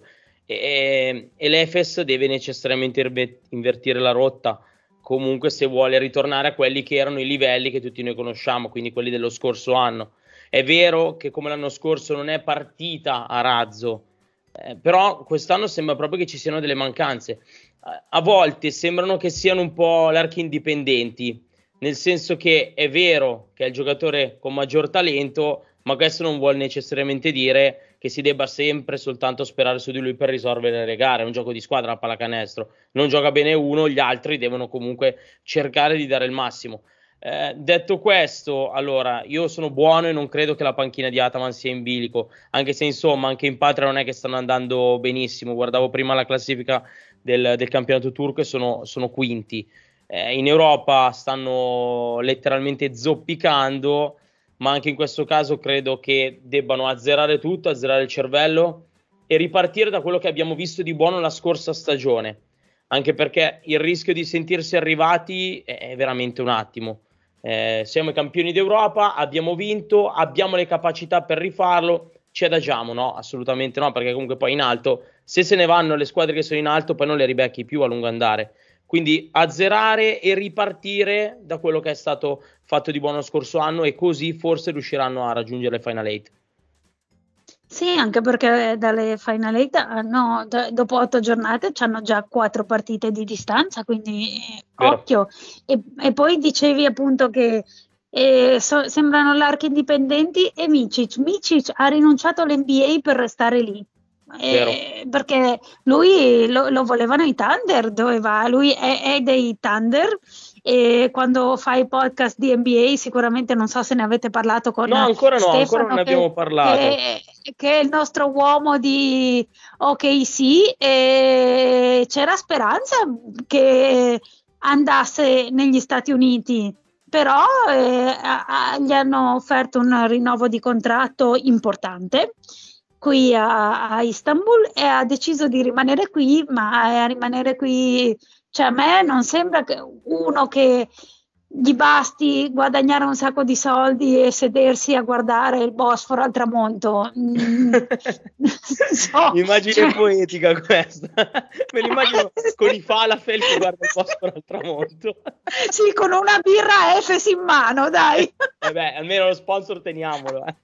E, e l'Efes deve necessariamente irve- invertire la rotta comunque se vuole ritornare a quelli che erano i livelli che tutti noi conosciamo, quindi quelli dello scorso anno. È vero che come l'anno scorso non è partita a razzo, eh, però quest'anno sembra proprio che ci siano delle mancanze. A volte sembrano che siano un po' l'archi indipendenti, nel senso che è vero che è il giocatore con maggior talento, ma questo non vuole necessariamente dire che si debba sempre soltanto sperare su di lui per risolvere le gare. È un gioco di squadra la pallacanestro, non gioca bene uno, gli altri devono comunque cercare di dare il massimo. Eh, detto questo, allora, io sono buono e non credo che la panchina di Ataman sia in bilico, anche se insomma anche in patria non è che stanno andando benissimo. Guardavo prima la classifica del, del campionato turco e sono, sono quinti. Eh, in Europa stanno letteralmente zoppicando, ma anche in questo caso credo che debbano azzerare tutto, azzerare il cervello e ripartire da quello che abbiamo visto di buono la scorsa stagione, anche perché il rischio di sentirsi arrivati è veramente un attimo. Eh, siamo i campioni d'Europa, abbiamo vinto, abbiamo le capacità per rifarlo, ci adagiamo? No, assolutamente no, perché comunque poi in alto, se se ne vanno le squadre che sono in alto, poi non le ribecchi più a lungo andare. Quindi azzerare e ripartire da quello che è stato fatto di buono lo scorso anno e così forse riusciranno a raggiungere le Final Eight. Sì, anche perché dalle Final Eight hanno, d- dopo otto giornate hanno già quattro partite di distanza, quindi eh, Vero? occhio. E, e poi dicevi appunto che eh, so- sembrano l'archi indipendenti e Micic. Micic ha rinunciato all'N B A per restare lì. Vero. Eh, perché lui lo, lo volevano i Thunder, dove va? Lui è, è dei Thunder e quando fai podcast di N B A sicuramente non so se ne avete parlato con No, ancora no, ancora non Stefano ne che, abbiamo parlato. che, che è il nostro uomo di O K C e c'era speranza che andasse negli Stati Uniti, però eh, a- a- gli hanno offerto un rinnovo di contratto importante qui a, a Istanbul e ha deciso di rimanere qui, ma a rimanere qui, cioè a me non sembra che uno che gli basti guadagnare un sacco di soldi e sedersi a guardare il Bosforo al tramonto. Mm, so, Immagine cioè... poetica questa. Me l'immagino con i falafel che guarda il Bosforo al tramonto. Sì, con una birra Efes in mano, dai. Eh beh, almeno lo sponsor teniamolo. Eh.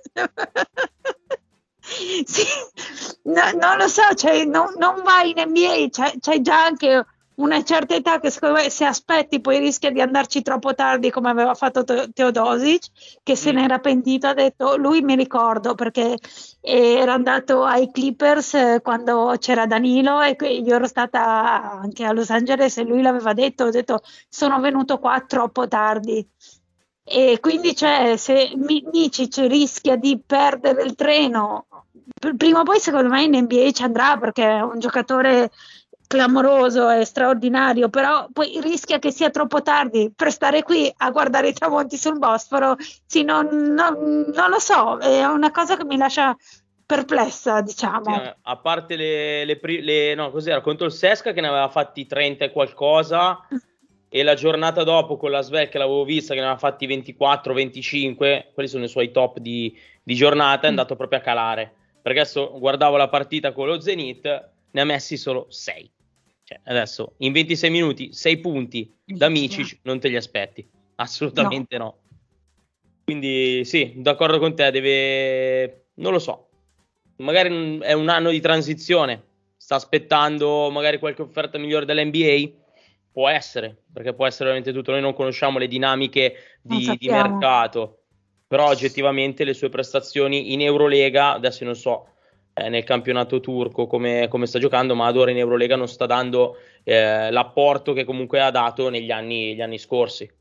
Sì, no, non lo so, cioè, non, non vai in N B A, c'è, c'è già anche una certa età che secondo me se aspetti poi rischia di andarci troppo tardi come aveva fatto Te- Teodosic che se Mm. n'era pentito, ha detto lui mi ricordo perché era andato ai Clippers eh, quando c'era Danilo e que- io ero stata anche a Los Angeles e lui l'aveva detto, ho detto sono venuto qua troppo tardi. E quindi cioè, se Mi- Micic rischia di perdere il treno, pr- prima o poi secondo me in N B A ci andrà perché è un giocatore clamoroso e straordinario, però poi rischia che sia troppo tardi per stare qui a guardare i tramonti sul Bosforo. Sì, non, non- non lo so, è una cosa che mi lascia perplessa, Sì, diciamo. a a parte le, le, pri- le- no, cos'era? Contro il Sesca che ne aveva fatti trenta e qualcosa, e la giornata dopo con la Svel che l'avevo vista che ne aveva fatti ventiquattro venticinque, quelli sono i suoi top di, di giornata, è andato proprio a calare. Perché adesso guardavo la partita con lo Zenit, ne ha messi solo sei. Cioè, adesso in ventisei minuti, sei punti da Micic, non te li aspetti. No. Assolutamente no. Quindi sì, d'accordo con te, deve... non lo so. Magari è un anno di transizione, sta aspettando magari qualche offerta migliore dell'N B A, può essere, perché può essere veramente tutto, noi non conosciamo le dinamiche Non di, di sappiamo. mercato, però oggettivamente le sue prestazioni in Eurolega, adesso non so eh, nel campionato turco come, come sta giocando, ma ad ora in Eurolega non sta dando eh, l'apporto che comunque ha dato negli anni, gli anni scorsi.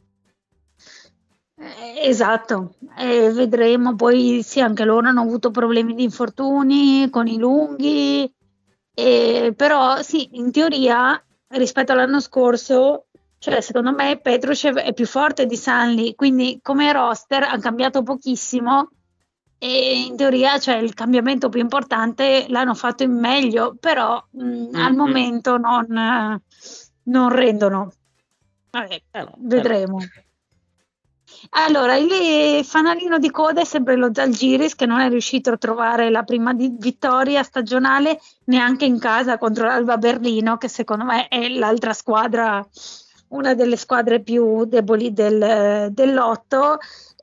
Eh, Esatto, e vedremo poi sì, anche loro hanno avuto problemi di infortuni con i lunghi, e, però sì, in teoria rispetto all'anno scorso Cioè, secondo me Petrušev è più forte di Sanli, quindi come roster ha cambiato pochissimo e in teoria, cioè, il cambiamento più importante l'hanno fatto in meglio, però mh, Mm, al mm. momento non, eh, non rendono. Vabbè, Eh no, eh no. vedremo. Allora, il fanalino di coda è sempre lo Zalgiris, che non è riuscito a trovare la prima di- vittoria stagionale neanche in casa contro l'Alba Berlino, che secondo me è l'altra squadra, una delle squadre più deboli del, dell'otto.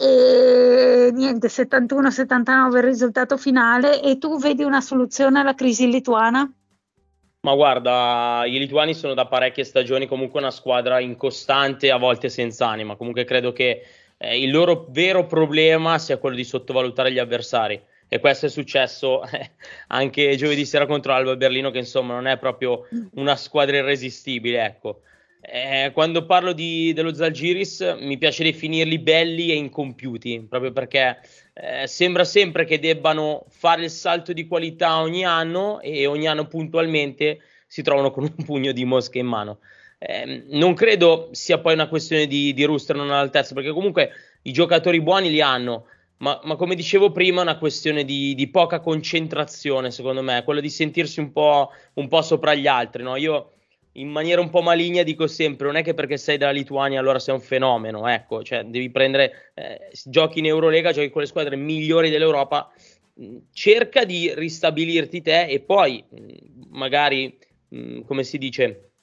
E niente, settantuno settantanove il risultato finale. E tu vedi una soluzione alla crisi lituana? Ma guarda, i lituani sono da parecchie stagioni comunque una squadra incostante, a volte senza anima. Comunque credo che eh, il loro vero problema sia quello di sottovalutare gli avversari. E questo è successo eh, anche giovedì sera contro l'Alba Berlino, che insomma non è proprio una squadra irresistibile, ecco. Eh, quando parlo di, dello Zalgiris mi piace definirli belli e incompiuti, proprio perché eh, sembra sempre che debbano fare il salto di qualità ogni anno e ogni anno puntualmente si trovano con un pugno di mosche in mano. Eh, non credo sia poi una questione di, di roster non all'altezza, perché comunque i giocatori buoni li hanno, ma, ma come dicevo prima è una questione di, di poca concentrazione, secondo me, quello di sentirsi un po', un po' sopra gli altri, no? Io in maniera un po' maligna dico sempre, non è che perché sei della Lituania allora sei un fenomeno, ecco, cioè devi prendere, eh, giochi in Eurolega, giochi con le squadre migliori dell'Europa, mh, cerca di ristabilirti te e poi mh, magari, mh, come si dice,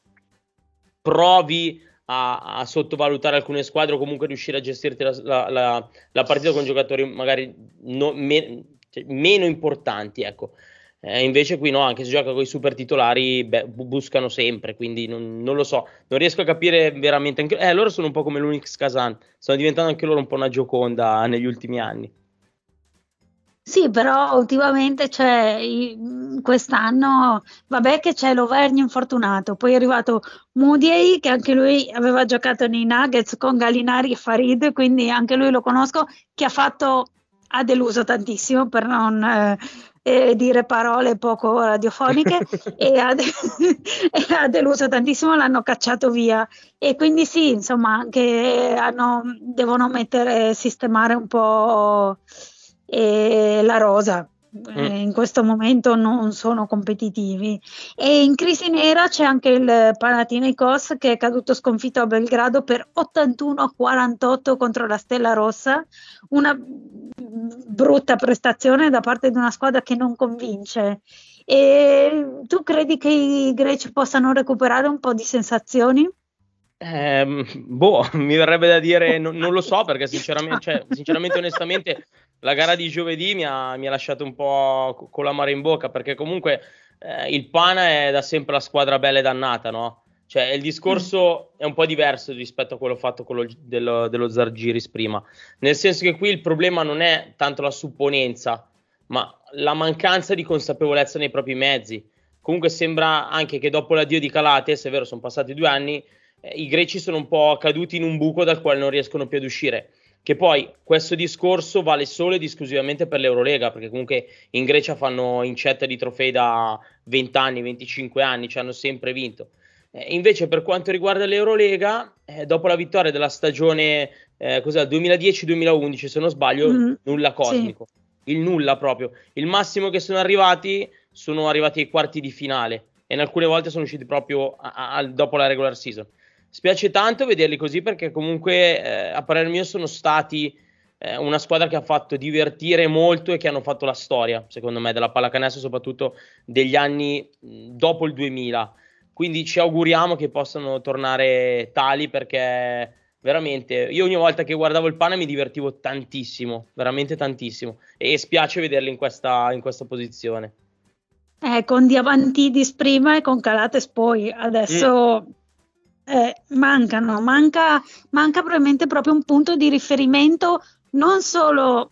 provi a, a sottovalutare alcune squadre o comunque riuscire a gestirti la, la, la, la partita con giocatori magari no, me, cioè, meno importanti, ecco. Eh, invece qui no, anche se gioca con i super titolari, beh, bu- buscano sempre, quindi non, non lo so, non riesco a capire veramente. Anche, eh, loro sono un po' come l'Unix Kazan, stanno diventando anche loro un po' una Gioconda negli ultimi anni. Sì, però ultimamente c'è i- quest'anno, vabbè che c'è l'Auvergne infortunato, poi è arrivato Moutier che anche lui aveva giocato nei Nuggets con Gallinari e Farid, quindi anche lui lo conosco, che ha fatto, ha deluso tantissimo per non eh, eh, dire parole poco radiofoniche e ha, de- e ha deluso tantissimo, l'hanno cacciato via e quindi sì, insomma, anche hanno, devono mettere, sistemare un po' e la rosa. Mm. Eh, in questo momento non sono competitivi e in crisi nera c'è anche il Panathinaikos che è caduto sconfitto a Belgrado per ottantuno a quarantotto contro la Stella Rossa, una brutta prestazione da parte di una squadra che non convince. E tu credi che i greci possano recuperare un po' di sensazioni? Ehm, boh, mi verrebbe da dire, non, non lo so perché sinceramente, cioè, sinceramente, onestamente, la gara di giovedì mi ha, mi ha lasciato un po' co- con l'amaro in bocca perché comunque eh, il Pana è da sempre la squadra bella e dannata, no? Cioè, il discorso è un po' diverso rispetto a quello fatto quello dello, dello Zalgiris prima, nel senso che qui il problema non è tanto la supponenza, ma la mancanza di consapevolezza nei propri mezzi. Comunque sembra anche che dopo l'addio di Calates, è vero, sono passati due anni, eh, i greci sono un po' caduti in un buco dal quale non riescono più ad uscire. Che poi questo discorso vale solo ed esclusivamente per l'Eurolega, perché comunque in Grecia fanno incetta di trofei da venti anni, venticinque anni, ci hanno sempre vinto. Eh, invece per quanto riguarda l'Eurolega, eh, dopo la vittoria della stagione eh, cos'è, duemiladieci duemilaundici, se non sbaglio, Mm, nulla sì. cosmico, il nulla proprio. Il massimo che sono arrivati, sono arrivati ai quarti di finale e in alcune volte sono usciti proprio a, a, dopo la regular season. Spiace tanto vederli così perché comunque eh, a parer mio sono stati eh, una squadra che ha fatto divertire molto e che hanno fatto la storia, secondo me, della pallacanestro, soprattutto degli anni mh, dopo il duemila. Quindi ci auguriamo che possano tornare tali perché veramente io ogni volta che guardavo il Pana mi divertivo tantissimo, veramente tantissimo e spiace vederli in questa, in questa posizione. Eh, con Diamantidis prima e con Calates poi, Mm. adesso eh, mancano, manca, manca probabilmente proprio un punto di riferimento non solo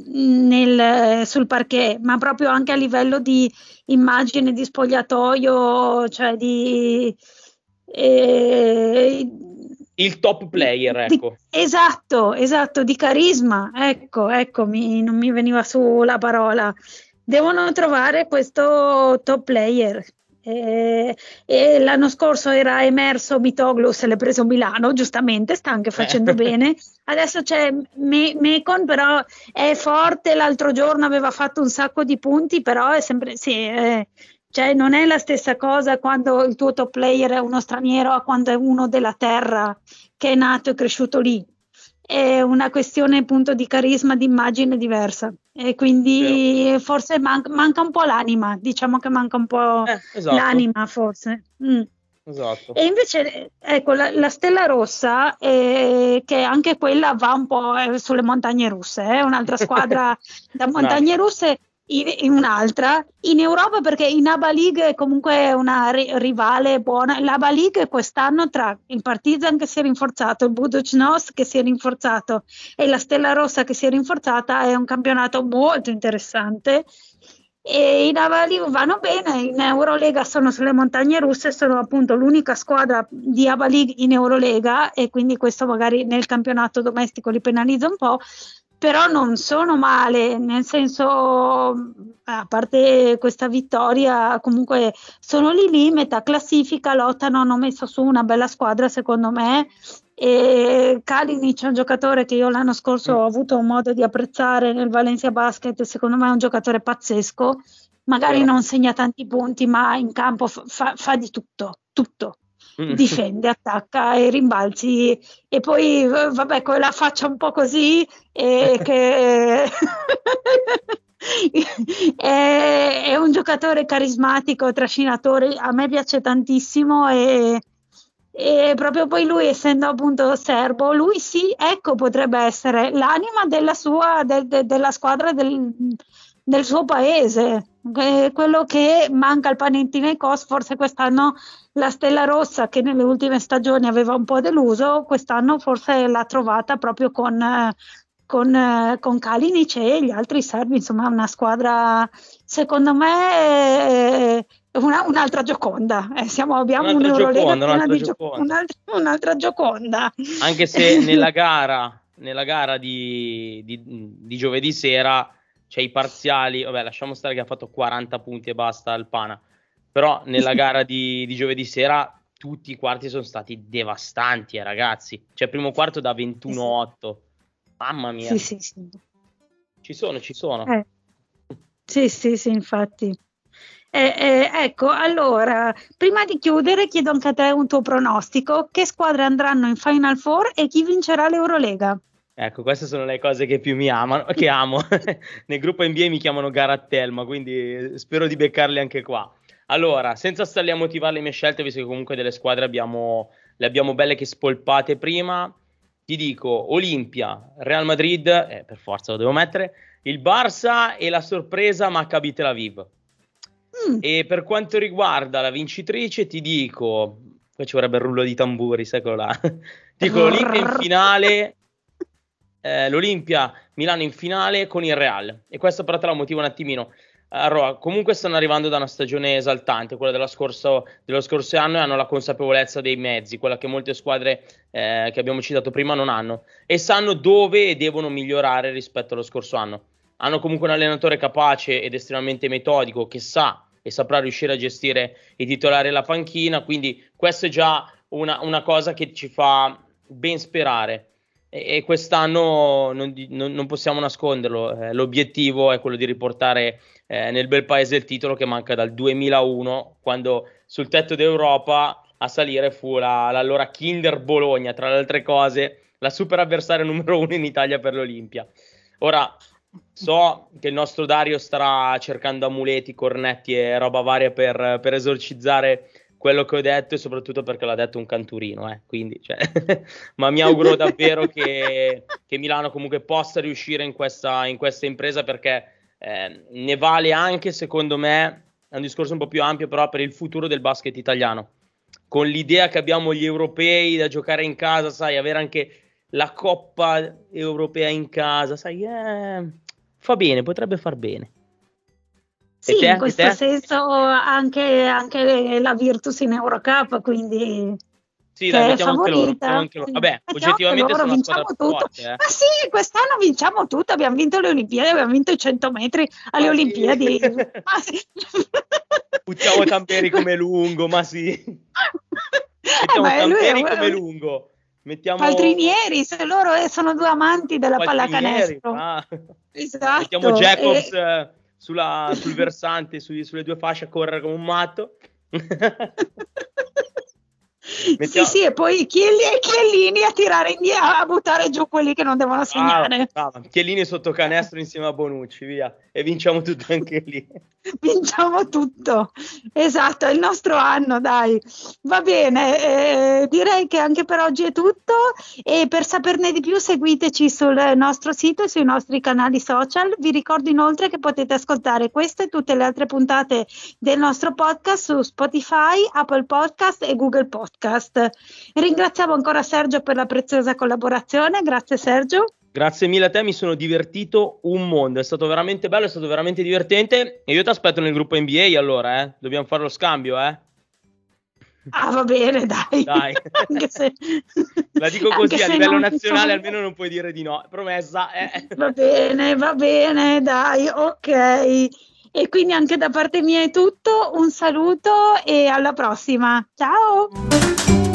nel, sul parquet, ma proprio anche a livello di immagine di spogliatoio, cioè di, eh, Il top player, di- ecco. esatto, esatto, di carisma, ecco, ecco, mi- non mi veniva su la parola. Devono trovare questo top player E, e l'anno scorso era emerso Mitoglou, se l'è preso Milano, giustamente, sta anche facendo eh. bene. Adesso c'è Me- Mekon, però è forte, l'altro giorno aveva fatto un sacco di punti, però è sempre, sì, è, cioè non è la stessa cosa quando il tuo top player è uno straniero a quando è uno della terra che è nato e cresciuto lì. È una questione appunto di carisma, di immagine diversa, e quindi Vero. forse man- manca un po' l'anima, diciamo che manca un po' eh, esatto. l'anima forse. Mm. Esatto. E invece ecco la, la Stella Rossa, eh, che anche quella va un po' sulle montagne russe, è eh? un'altra squadra da montagne russe. In, in un'altra in Europa, perché in A B A League è comunque una ri- rivale buona. L'A B A League quest'anno, tra il Partizan che si è rinforzato, il Budućnost che si è rinforzato e la Stella Rossa che si è rinforzata, è un campionato molto interessante, e in A B A League vanno bene. In Eurolega sono sulle montagne russe, sono appunto l'unica squadra di A B A League in Eurolega, e quindi questo magari nel campionato domestico li penalizza un po'. Però non sono male, nel senso, a parte questa vittoria, comunque sono lì lì, metà classifica, lottano, hanno messo su una bella squadra secondo me, e Kalinic è un giocatore che io l'anno scorso ho avuto modo di apprezzare nel Valencia Basket, secondo me è un giocatore pazzesco, magari Vero. non segna tanti punti, ma in campo fa, fa di tutto, tutto. Difende, attacca e rimbalzi, e poi vabbè con la faccia un po' così, e che è, è un giocatore carismatico, trascinatore, a me piace tantissimo, e, e proprio poi lui, essendo appunto serbo, lui sì, ecco, potrebbe essere l'anima della sua de, de, della squadra del, del suo paese, quello che manca al Panathinaikos. Forse quest'anno la Stella Rossa, che nelle ultime stagioni aveva un po' deluso, quest'anno forse l'ha trovata proprio con, con, con Kalinic e gli altri serbi. Insomma, è una squadra, secondo me, una, un'altra Gioconda. Eh, siamo, abbiamo un'Eurolega piena di Gioconda. Un'altra, un'altra Gioconda. Anche se nella gara, nella gara di, di, di giovedì sera c'è i parziali, vabbè, lasciamo stare che ha fatto quaranta punti e basta al Pana, però nella gara di, di giovedì sera tutti i quarti sono stati devastanti, eh, ragazzi. Cioè, primo quarto da ventuno a otto. Mamma mia. Sì, sì, sì. Ci sono, ci sono. Eh. Sì, sì, sì, infatti. Eh, eh, ecco, allora, prima di chiudere chiedo anche a te un tuo pronostico. Che squadre andranno in Final Four e chi vincerà l'Eurolega? Ecco, queste sono le cose che più mi amano, che amo. Nel gruppo N B A mi chiamano Garattelma, quindi spero di beccarli anche qua. Allora, senza starli a motivare le mie scelte, visto che comunque delle squadre abbiamo, le abbiamo belle che spolpate prima, ti dico Olimpia, Real Madrid, eh, per forza lo devo mettere, il Barça e la sorpresa Maccabi Tel Aviv. Mm. E per quanto riguarda la vincitrice, ti dico, poi ci vorrebbe il rullo di tamburi, sai quello là. Dico l'Olimpia in finale... Eh, l'Olimpia Milano in finale con il Real, e questo però te la motivo un attimino. Allora, comunque stanno arrivando da una stagione esaltante, quella della scorso, dello scorso anno, e hanno la consapevolezza dei mezzi, quella che molte squadre eh, che abbiamo citato prima non hanno, e sanno dove devono migliorare rispetto allo scorso anno. Hanno comunque un allenatore capace ed estremamente metodico, che sa e saprà riuscire a gestire i titolari e la panchina, quindi questa è già una, una cosa che ci fa ben sperare. E quest'anno non, non, non possiamo nasconderlo, eh, l'obiettivo è quello di riportare eh, nel bel paese il titolo che manca dal duemilauno, quando sul tetto d'Europa a salire fu la, l'allora Kinder Bologna, tra le altre cose la super avversaria numero uno in Italia per l'Olimpia. Ora so che il nostro Dario starà cercando amuleti, cornetti e roba varia per, per esorcizzare quello che ho detto, e soprattutto perché l'ha detto un canturino, eh, quindi, cioè, ma mi auguro davvero che, che Milano comunque possa riuscire in questa, in questa impresa, perché eh, ne vale anche, secondo me, è un discorso un po' più ampio, però per il futuro del basket italiano, con l'idea che abbiamo gli europei da giocare in casa, sai, avere anche la Coppa Europea in casa, sai, eh, fa bene, potrebbe far bene. Sì, te, in questo senso anche, anche la Virtus in Eurocup, quindi sì, dai, mettiamo anche loro, mettiamo anche loro. Vabbè, mettiamo oggettivamente loro, sono vinciamo tutto. Forte, eh. Ma sì, quest'anno vinciamo tutto, abbiamo vinto le Olimpiadi, abbiamo vinto i cento metri alle ma Olimpiadi. Sì. Ma sì. Buttiamo Tamperi come lungo, ma sì. Mettiamo eh, Tamperi è... come lungo. Mettiamo... Paltrinieri, se loro sono due amanti della pallacanestro. Ah. Esatto. Mettiamo Jacobs e... eh, sulla, sul versante, su, sulle due fasce a correre come un matto. Mettiamo... Sì, sì, e poi Chiellini e Chiellini a tirare indietro, a buttare giù quelli che non devono segnare. Ah, ah, Chiellini sotto canestro insieme a Bonucci, via, e vinciamo tutto anche lì. Vinciamo tutto, esatto, è il nostro anno, dai. Va bene, eh, direi che anche per oggi è tutto, e per saperne di più seguiteci sul nostro sito e sui nostri canali social. Vi ricordo inoltre che potete ascoltare queste e tutte le altre puntate del nostro podcast su Spotify, Apple Podcast e Google Podcast. Ringraziamo ancora Sergio per la preziosa collaborazione. Grazie Sergio. Grazie mille a te, mi sono divertito un mondo, è stato veramente bello, è stato veramente divertente, e io ti aspetto nel gruppo N B A allora, eh? Dobbiamo fare lo scambio, eh? Ah, va bene, dai. Dai. Anche se... La dico così, a livello nazionale sono... almeno non puoi dire di no, promessa. Eh. Va bene, va bene, dai, ok. E quindi anche da parte mia è tutto, un saluto e alla prossima. Ciao!